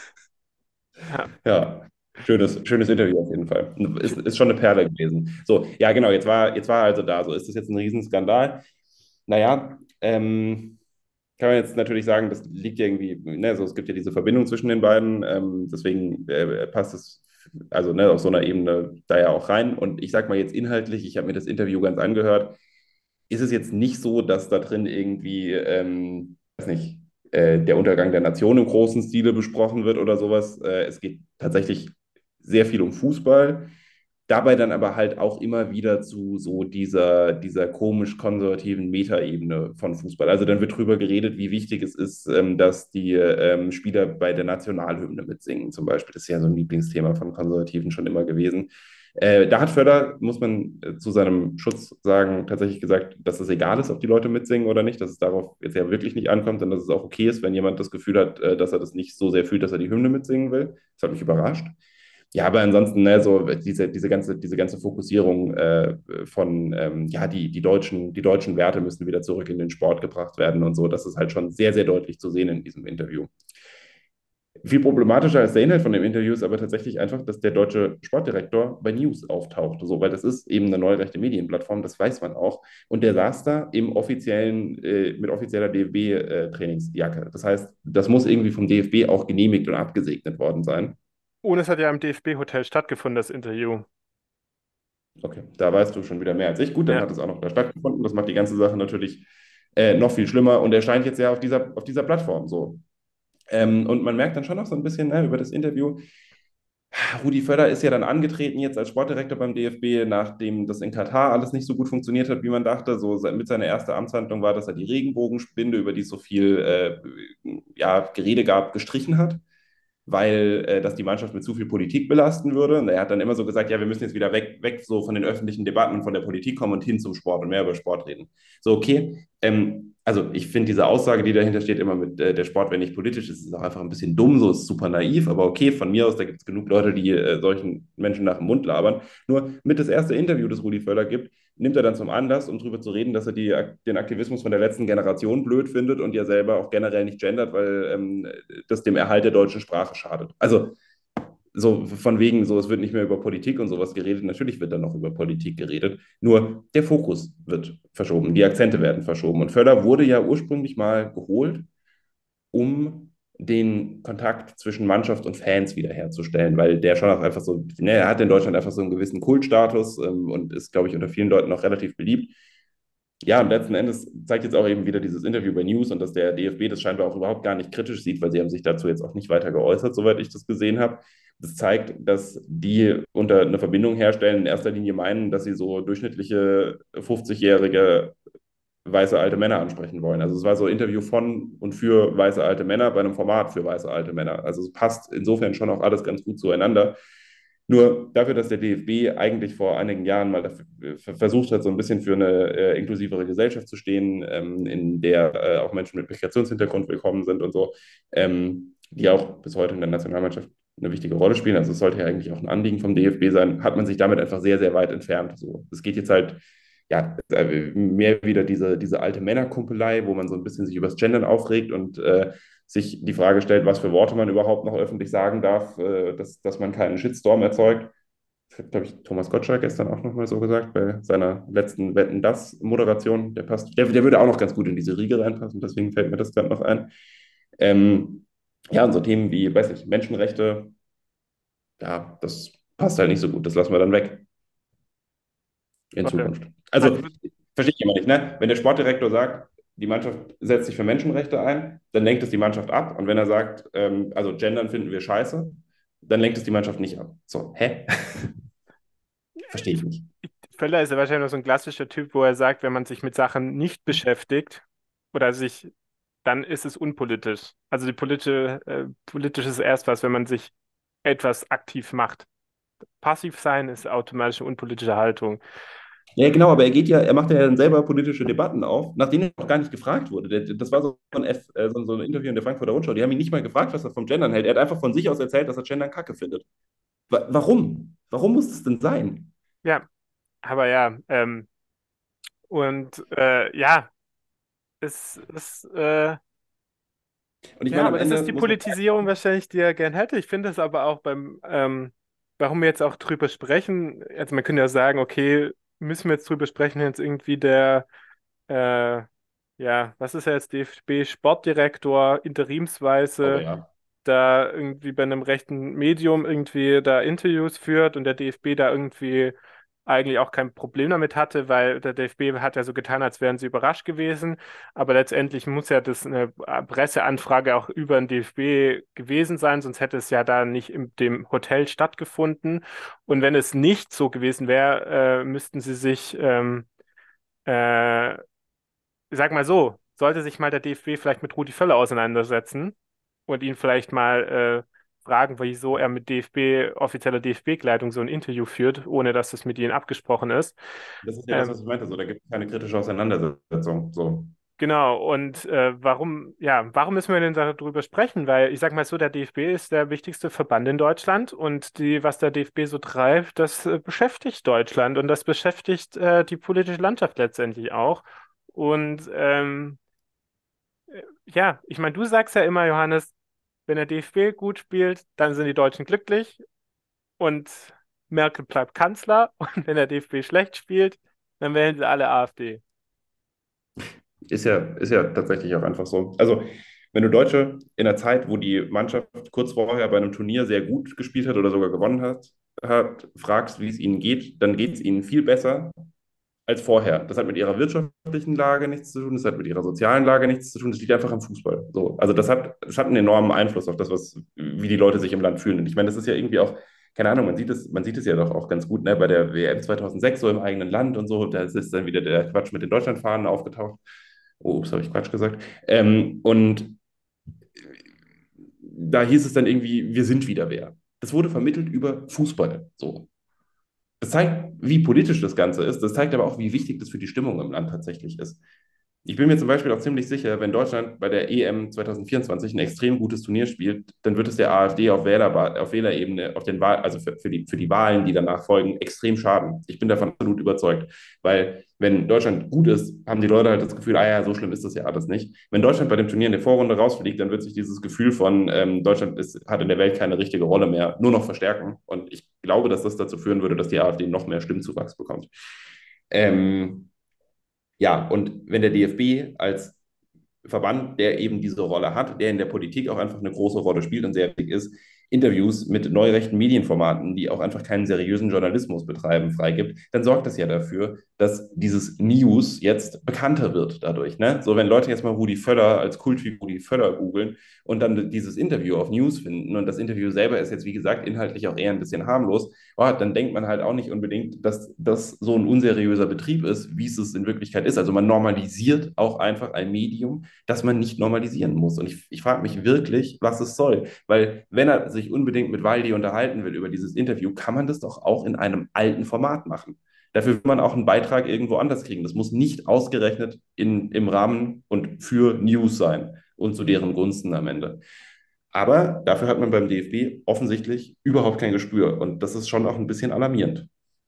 Ja, Ja, schönes Interview auf jeden Fall. Ist schon eine Perle gewesen. So, ja, genau, jetzt war er also da. So, ist das jetzt ein Riesenskandal? Naja, kann man jetzt natürlich sagen, das liegt ja irgendwie, ne, also es gibt ja diese Verbindung zwischen den beiden, deswegen passt es also ne, auf so einer Ebene da ja auch rein. Und ich sag mal jetzt inhaltlich, ich habe mir das Interview ganz angehört, ist es jetzt nicht so, dass da drin irgendwie, weiß nicht, der Untergang der Nation im großen Stile besprochen wird oder sowas. Es geht tatsächlich sehr viel um Fußball. Dabei dann aber halt auch immer wieder zu so dieser komisch-konservativen Metaebene von Fußball. Also dann wird drüber geredet, wie wichtig es ist, dass die Spieler bei der Nationalhymne mitsingen, zum Beispiel. Das ist ja so ein Lieblingsthema von Konservativen schon immer gewesen. Da hat Förder, muss man zu seinem Schutz sagen, tatsächlich gesagt, dass es egal ist, ob die Leute mitsingen oder nicht, dass es darauf jetzt ja wirklich nicht ankommt und dass es auch okay ist, wenn jemand das Gefühl hat, dass er das nicht so sehr fühlt, dass er die Hymne mitsingen will. Das hat mich überrascht. Ja, aber ansonsten, ne, so diese ganze Fokussierung von, ja, die deutschen Werte müssen wieder zurück in den Sport gebracht werden und so, das ist halt schon sehr, sehr deutlich zu sehen in diesem Interview. Viel problematischer als der Inhalt von dem Interview ist aber tatsächlich einfach, dass der deutsche Sportdirektor bei News auftaucht, so, weil das ist eben eine neurechte Medienplattform, das weiß man auch. Und der saß da mit offizieller DFB-Trainingsjacke. Das heißt, das muss irgendwie vom DFB auch genehmigt und abgesegnet worden sein. und es hat ja im DFB-Hotel stattgefunden, das Interview. Okay, da weißt du schon wieder mehr als ich. Gut, dann Ja. hat es auch noch da stattgefunden. Das macht die ganze Sache natürlich noch viel schlimmer und erscheint jetzt ja auf dieser Plattform so. Und man merkt dann schon noch so ein bisschen ne, über das Interview. Rudi Völler ist ja dann angetreten jetzt als Sportdirektor beim DFB, nachdem das in Katar alles nicht so gut funktioniert hat, wie man dachte. So mit seiner ersten Amtshandlung war, dass er die Regenbogenspinde, über die es so viel ja, Gerede gab, gestrichen hat, weil das die Mannschaft mit zu viel Politik belasten würde. Und er hat dann immer so gesagt, ja, wir müssen jetzt wieder weg so von den öffentlichen Debatten und von der Politik kommen und hin zum Sport und mehr über Sport reden. So, okay. Also ich finde diese Aussage, die dahinter steht, immer mit der Sport, wenn nicht politisch ist, ist auch einfach ein bisschen dumm, so ist super naiv, aber okay, von mir aus, da gibt es genug Leute, die solchen Menschen nach dem Mund labern. Nur mit das erste Interview, das Rudi Völler gibt, nimmt er dann zum Anlass, um darüber zu reden, dass er den Aktivismus von der letzten Generation blöd findet und ja selber auch generell nicht gendert, weil das dem Erhalt der deutschen Sprache schadet. Also so von wegen, so es wird nicht mehr über Politik und sowas geredet. Natürlich wird dann noch über Politik geredet. Nur der Fokus wird verschoben, die Akzente werden verschoben. Und Völler wurde ja ursprünglich mal geholt, um den Kontakt zwischen Mannschaft und Fans wiederherzustellen, weil der schon auch einfach so, ne, er hat in Deutschland einfach so einen gewissen Kultstatus und ist, glaube ich, unter vielen Leuten noch relativ beliebt. Ja, und letzten Endes zeigt jetzt auch eben wieder dieses Interview bei News und dass der DFB das scheinbar auch überhaupt gar nicht kritisch sieht, weil sie haben sich dazu jetzt auch nicht weiter geäußert, soweit ich das gesehen habe. Das zeigt, dass die unter eine Verbindung herstellen, in erster Linie meinen, dass sie so durchschnittliche 50-jährige weiße alte Männer ansprechen wollen. Also es war so ein Interview von und für weiße alte Männer bei einem Format für weiße alte Männer. Also es passt insofern schon auch alles ganz gut zueinander. Nur dafür, dass der DFB eigentlich vor einigen Jahren mal dafür, versucht hat, so ein bisschen für eine inklusivere Gesellschaft zu stehen, in der auch Menschen mit Migrationshintergrund willkommen sind und so, die auch bis heute in der Nationalmannschaft eine wichtige Rolle spielen. Also es sollte ja eigentlich auch ein Anliegen vom DFB sein, hat man sich damit einfach sehr, sehr weit entfernt. So, es geht jetzt halt ja, mehr wieder diese alte Männerkumpelei, wo man so ein bisschen sich übers Gendern aufregt und sich die Frage stellt, was für Worte man überhaupt noch öffentlich sagen darf, dass man keinen Shitstorm erzeugt. Das hat, glaube ich, Thomas Gottschalk gestern auch nochmal so gesagt bei seiner letzten Wetten, das Moderation. Der würde auch noch ganz gut in diese Riege reinpassen, deswegen fällt mir das gerade noch ein. Ähm, ja, und so Themen wie, weiß ich, Menschenrechte, ja, das passt halt nicht so gut. Das lassen wir dann weg in Okay. Zukunft. Also, Also, verstehe ich immer nicht, ne? Wenn der Sportdirektor sagt, die Mannschaft setzt sich für Menschenrechte ein, dann lenkt es die Mannschaft ab. Und wenn er sagt, also Gendern finden wir scheiße, dann lenkt es die Mannschaft nicht ab. So, hä? Verstehe ich nicht. Völler ist ja wahrscheinlich noch so ein klassischer Typ, wo er sagt, wenn man sich mit Sachen nicht beschäftigt oder sich, dann ist es unpolitisch. Also politisch ist erst was, wenn man sich etwas aktiv macht. Passiv sein ist automatisch eine unpolitische Haltung. Ja, genau, aber er macht ja dann selber politische Debatten auf, nach denen er auch gar nicht gefragt wurde. Das war so ein Interview in der Frankfurter Rundschau. Die haben ihn nicht mal gefragt, was er vom Gendern hält. Er hat einfach von sich aus erzählt, dass er Gendern Kacke findet. Warum? Warum muss es denn sein? Ja, aber ja, ja, es ist, Und ich ja, meine, am aber das Ende ist die muss man. Politisierung wahrscheinlich, die er gern hätte. Ich finde es aber auch warum wir jetzt auch drüber sprechen, also man könnte ja sagen, okay, müssen wir jetzt drüber sprechen, wenn jetzt irgendwie äh, ja, was ist er jetzt, DFB-Sportdirektor, Aber interimsweise ja, da irgendwie bei einem rechten Medium irgendwie da Interviews führt und der DFB da irgendwie eigentlich auch kein Problem damit hatte, weil der DFB hat ja so getan, als wären sie überrascht gewesen, aber letztendlich muss ja das eine Presseanfrage auch über den DFB gewesen sein, sonst hätte es ja da nicht in dem Hotel stattgefunden. Und wenn es nicht so gewesen wäre, müssten sie sich äh, sag mal so, sollte sich mal der DFB vielleicht mit Rudi Völler auseinandersetzen und ihn vielleicht mal fragen, wieso er mit offizieller DFB-Kleidung so ein Interview führt, ohne dass das mit ihnen abgesprochen ist. das ist ja das, Ähm, was ich meinte. So, da gibt es keine kritische Auseinandersetzung. So. genau, und warum müssen wir denn darüber sprechen? Weil ich sag mal so, der DFB ist der wichtigste Verband in Deutschland und was der DFB so treibt, das beschäftigt Deutschland und das beschäftigt die politische Landschaft letztendlich auch. Und ja, ich meine, du sagst ja immer, Johannes, wenn der DFB gut spielt, dann sind die Deutschen glücklich und Merkel bleibt Kanzler. Und wenn der DFB schlecht spielt, dann wählen sie alle AfD. Ist ja tatsächlich auch einfach so. Also, wenn du Deutsche in der Zeit, wo die Mannschaft kurz vorher bei einem Turnier sehr gut gespielt hat oder sogar gewonnen hat, fragst, wie es ihnen geht, dann geht es ihnen viel besser als vorher. Das hat mit ihrer wirtschaftlichen Lage nichts zu tun, das hat mit ihrer sozialen Lage nichts zu tun, das liegt einfach am Fußball. So, also das hat einen enormen Einfluss auf das, wie die Leute sich im Land fühlen. Und ich meine, das ist ja irgendwie auch, keine Ahnung, man sieht es ja doch auch ganz gut, ne, bei der WM 2006 so im eigenen Land und so, da ist dann wieder der Quatsch mit den Deutschlandfahnen aufgetaucht. Oh, ups, habe ich Quatsch gesagt. Und da hieß es dann irgendwie, wir sind wieder wer. Das wurde vermittelt über Fußball. So. Das zeigt, wie politisch das Ganze ist. Das zeigt aber auch, wie wichtig das für die Stimmung im Land tatsächlich ist. Ich bin mir zum Beispiel auch ziemlich sicher, wenn Deutschland bei der EM 2024 ein extrem gutes Turnier spielt, dann wird es der AfD auf Wählerebene, also für die Wahlen, die danach folgen, extrem schaden. Ich bin davon absolut überzeugt. Weil, wenn Deutschland gut ist, haben die Leute halt das Gefühl, ah ja, so schlimm ist das ja alles nicht. Wenn Deutschland bei dem Turnier in der Vorrunde rausfliegt, dann wird sich dieses Gefühl von Deutschland hat in der Welt keine richtige Rolle mehr, nur noch verstärken. Und ich glaube, dass das dazu führen würde, dass die AfD noch mehr Stimmzuwachs bekommt. Ähm, ja, und wenn der DFB als Verband, der eben diese Rolle hat, der in der Politik auch einfach eine große Rolle spielt und sehr wichtig ist, Interviews mit neurechten Medienformaten, die auch einfach keinen seriösen Journalismus betreiben, freigibt, dann sorgt das ja dafür, dass dieses News jetzt bekannter wird dadurch. Ne? So, wenn Leute jetzt mal Rudi Völler als Kultfigur Rudi Völler googeln und dann dieses Interview auf News finden und das Interview selber ist jetzt, wie gesagt, inhaltlich auch eher ein bisschen harmlos, dann denkt man halt auch nicht unbedingt, dass das so ein unseriöser Betrieb ist, wie es in Wirklichkeit ist. Also man normalisiert auch einfach ein Medium, das man nicht normalisieren muss. Und ich frage mich wirklich, was es soll. Weil wenn er sich unbedingt mit Waldi unterhalten will über dieses Interview, kann man das doch auch in einem alten Format machen. Dafür will man auch einen Beitrag irgendwo anders kriegen. Das muss nicht ausgerechnet im Rahmen und für News sein und zu deren Gunsten am Ende. Aber dafür hat man beim DFB offensichtlich überhaupt kein Gespür. Und das ist schon auch ein bisschen alarmierend.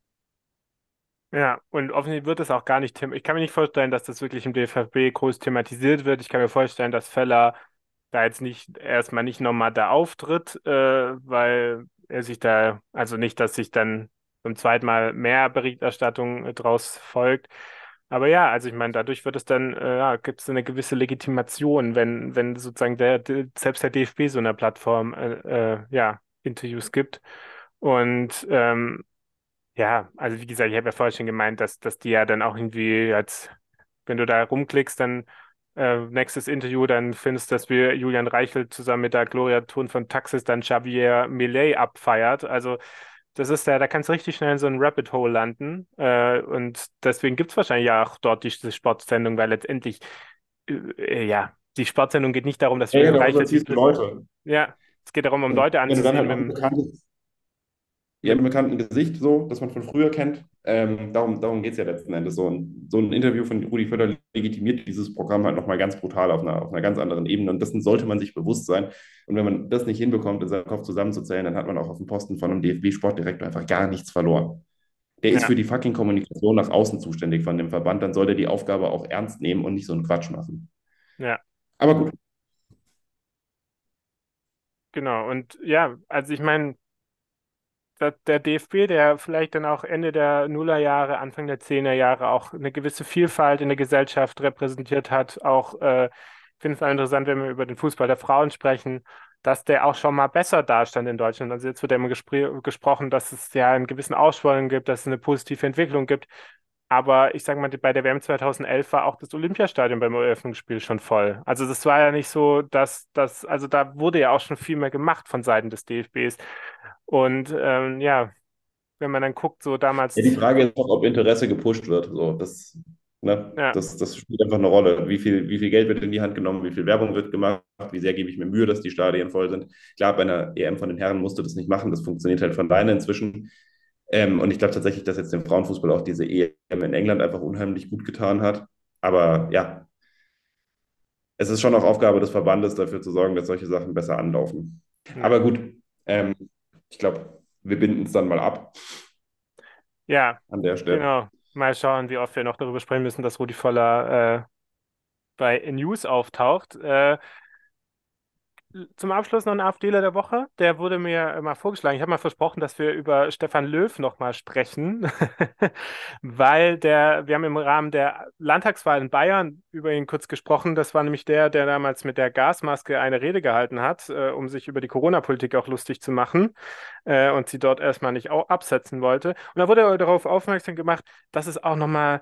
Ja, und offensichtlich wird es auch gar nicht, ich kann mir nicht vorstellen, dass das wirklich im DFB groß thematisiert wird. Ich kann mir vorstellen, dass Feller da jetzt nicht erstmal nicht nochmal da auftritt, weil er sich da, also nicht, dass sich dann zum zweiten Mal mehr Berichterstattung draus folgt. Aber ja, also ich meine, dadurch wird es dann, ja, gibt es eine gewisse Legitimation, wenn sozusagen selbst der DFB so einer Plattform, ja, Interviews gibt. Und ja, also wie gesagt, ich habe ja vorher schon gemeint, dass die ja dann auch irgendwie, als wenn du da rumklickst, dann nächstes Interview dann findest, dass wir Julian Reichelt zusammen mit der Gloria Thun von Taxis dann Javier Milei abfeiert. Also das ist ja, da kannst du richtig schnell in so ein Rabbit Hole landen. Und deswegen gibt es wahrscheinlich ja auch dort diese Sportsendung, weil letztendlich, ja, die Sportsendung geht nicht darum, dass Ja, Julian darüber Reichelt überziehst du Leute. ja, es geht darum, um Und Leute wenn du dann anzusehen halt auch ein ja, mit einem bekannten Gesicht, so, das man von früher kennt, darum geht es ja letzten Endes so. Und so ein Interview von Rudi Völler legitimiert dieses Programm halt nochmal ganz brutal auf einer ganz anderen Ebene. Und dessen sollte man sich bewusst sein. Und wenn man das nicht hinbekommt, in seinem Kopf zusammenzuzählen, dann hat man auch auf dem Posten von einem DFB-Sportdirektor einfach gar nichts verloren. Der ist ja, für die fucking Kommunikation nach außen zuständig von dem Verband, dann soll er die Aufgabe auch ernst nehmen und nicht so einen Quatsch machen. ja, Aber gut, genau. Und ja, also ich meine, der DFB, der vielleicht dann auch Ende der Nullerjahre, Anfang der Zehnerjahre auch eine gewisse Vielfalt in der Gesellschaft repräsentiert hat, auch ich finde es auch interessant, wenn wir über den Fußball der Frauen sprechen, dass der auch schon mal besser dastand in Deutschland. Also jetzt wird ja immer gesprochen, dass es ja einen gewissen Ausschwung gibt, dass es eine positive Entwicklung gibt. Aber ich sage mal, bei der WM 2011 war auch das Olympiastadion beim Eröffnungsspiel schon voll. Also das war ja nicht so, also da wurde ja auch schon viel mehr gemacht von Seiten des DFBs. Und ja, wenn man dann guckt, so ja, die damals, Frage ist auch, ob Interesse gepusht wird. So, ja, das spielt einfach eine Rolle. Wie viel Geld wird in die Hand genommen, wie viel Werbung wird gemacht, wie sehr gebe ich mir Mühe, dass die Stadien voll sind. Klar, bei einer EM von den Herren musst du das nicht machen, das funktioniert halt von alleine inzwischen. Und ich glaube tatsächlich, dass jetzt dem Frauenfußball auch diese EM in England einfach unheimlich gut getan hat. Aber ja, es ist schon auch Aufgabe des Verbandes, dafür zu sorgen, dass solche Sachen besser anlaufen. ja, Aber gut, ähm, ich glaube, wir binden es dann mal ab ja, an der Stelle. genau. Mal schauen, wie oft wir noch darüber sprechen müssen, dass Rudi Völler bei News auftaucht. Zum Abschluss noch ein AfDler der Woche. Der wurde mir mal vorgeschlagen. Ich habe mal versprochen, dass wir über Stefan Löw nochmal sprechen, weil wir haben im Rahmen der Landtagswahl in Bayern über ihn kurz gesprochen. Das war nämlich der damals mit der Gasmaske eine Rede gehalten hat, um sich über die Corona-Politik auch lustig zu machen und sie dort erstmal nicht absetzen wollte. Und da wurde er darauf aufmerksam gemacht, dass es auch nochmal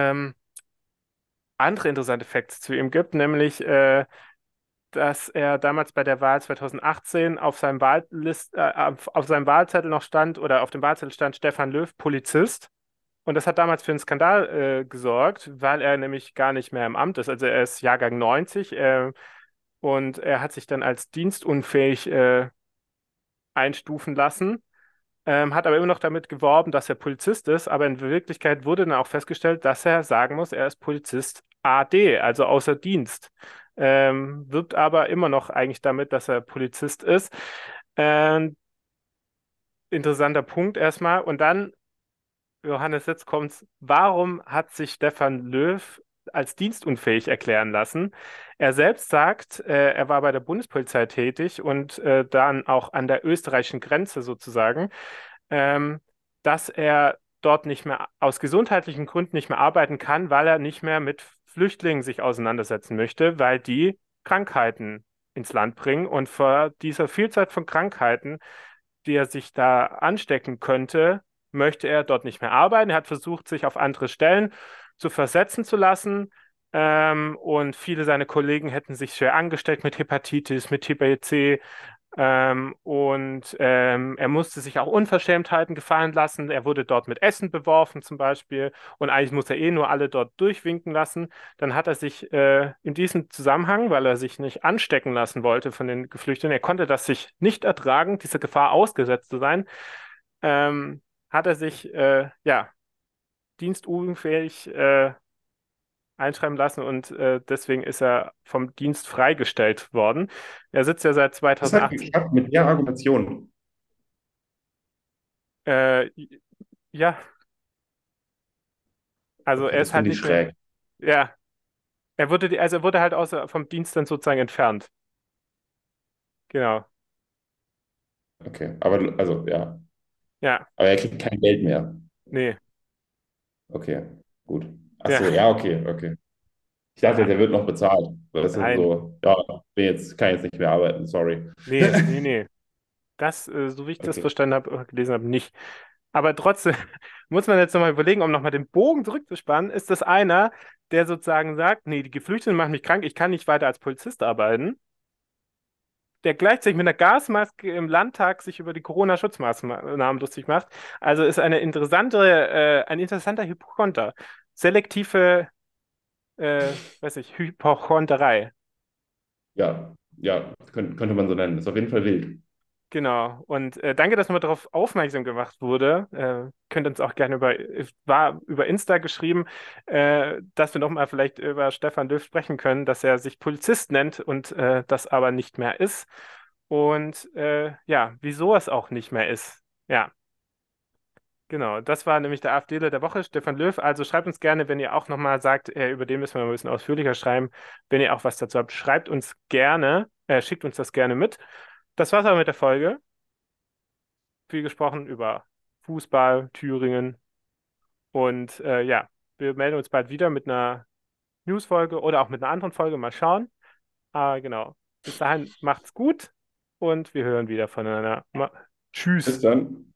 andere interessante Facts zu ihm gibt, nämlich dass er damals bei der Wahl 2018 auf seinem Wahlzettel noch stand oder auf dem Wahlzettel stand Stefan Löw, Polizist. Und das hat damals für einen Skandal gesorgt, weil er nämlich gar nicht mehr im Amt ist. Also er ist Jahrgang 90 und er hat sich dann als dienstunfähig einstufen lassen, hat aber immer noch damit geworben, dass er Polizist ist. Aber in Wirklichkeit wurde dann auch festgestellt, dass er sagen muss, er ist Polizist AD, also außer Dienst. Wirbt aber immer noch eigentlich damit, dass er Polizist ist. Ähm, Interessanter Punkt erstmal. Und dann, Johannes, jetzt kommt's. Warum hat sich Stefan Löw als dienstunfähig erklären lassen? Er selbst sagt, er war bei der Bundespolizei tätig und dann auch an der österreichischen Grenze sozusagen, ähm, dass er dort nicht mehr aus gesundheitlichen Gründen nicht mehr arbeiten kann, weil er nicht mehr mit Flüchtlingen sich auseinandersetzen möchte, weil die Krankheiten ins Land bringen und vor dieser Vielzahl von Krankheiten, die er sich da anstecken könnte, möchte er dort nicht mehr arbeiten. Er hat versucht, sich auf andere Stellen zu versetzen zu lassen. Und viele seiner Kollegen hätten sich schwer angesteckt mit Hepatitis, mit TBC. Er musste sich auch Unverschämtheiten gefallen lassen. Er wurde dort mit Essen beworfen zum Beispiel. Und eigentlich muss er eh nur alle dort durchwinken lassen. Dann hat er sich in diesem Zusammenhang, weil er sich nicht anstecken lassen wollte von den Geflüchteten, er konnte das sich nicht ertragen, dieser Gefahr ausgesetzt zu sein, hat er sich ja dienstunfähig einschreiben lassen und deswegen ist er vom Dienst freigestellt worden. Er sitzt ja seit Das hat 2018. geklappt mit der Argumentation. Äh, ja, also er Okay, ist das halt finde ich nicht mehr, schräg. ja, also er wurde halt vom Dienst dann sozusagen entfernt. Genau. Okay, aber also ja, Ja, aber er kriegt kein Geld mehr. nee, Okay, gut. Ach ja, so, ja, okay. Ich dachte, ja, jetzt, er wird noch bezahlt. Das ist nein, so, ja, kann jetzt nicht mehr arbeiten, sorry. nee. Das, so wie ich das Okay. verstanden habe, gelesen habe, nicht. Aber trotzdem muss man jetzt nochmal überlegen, um nochmal den Bogen zurückzuspannen, ist das einer, der sozusagen sagt, nee, die Geflüchteten machen mich krank, ich kann nicht weiter als Polizist arbeiten, der gleichzeitig mit einer Gasmaske im Landtag sich über die Corona-Schutzmaßnahmen lustig macht. Also ist ein interessanter Hypochonder. Selektive, weiß ich, Hypochonderei. Ja, könnte man so nennen. Ist auf jeden Fall wild. Genau. Und danke, dass nochmal darauf aufmerksam gemacht wurde. Könnt uns auch gerne war über Insta geschrieben, dass wir nochmal vielleicht über Stefan Löw sprechen können, dass er sich Polizist nennt und das aber nicht mehr ist. Und ja, wieso es auch nicht mehr ist. Ja, genau. Das war nämlich der AfDler der Woche, Stefan Löw. Also schreibt uns gerne, wenn ihr auch nochmal sagt, über den müssen wir mal ein bisschen ausführlicher schreiben. Wenn ihr auch was dazu habt, schreibt uns gerne, schickt uns das gerne mit. Das war's aber mit der Folge. Viel gesprochen über Fußball, Thüringen. Und ja, wir melden uns bald wieder mit einer News-Folge oder auch mit einer anderen Folge. Mal schauen. Aber genau. Bis dahin macht's gut und wir hören wieder voneinander. Bis Tschüss. dann.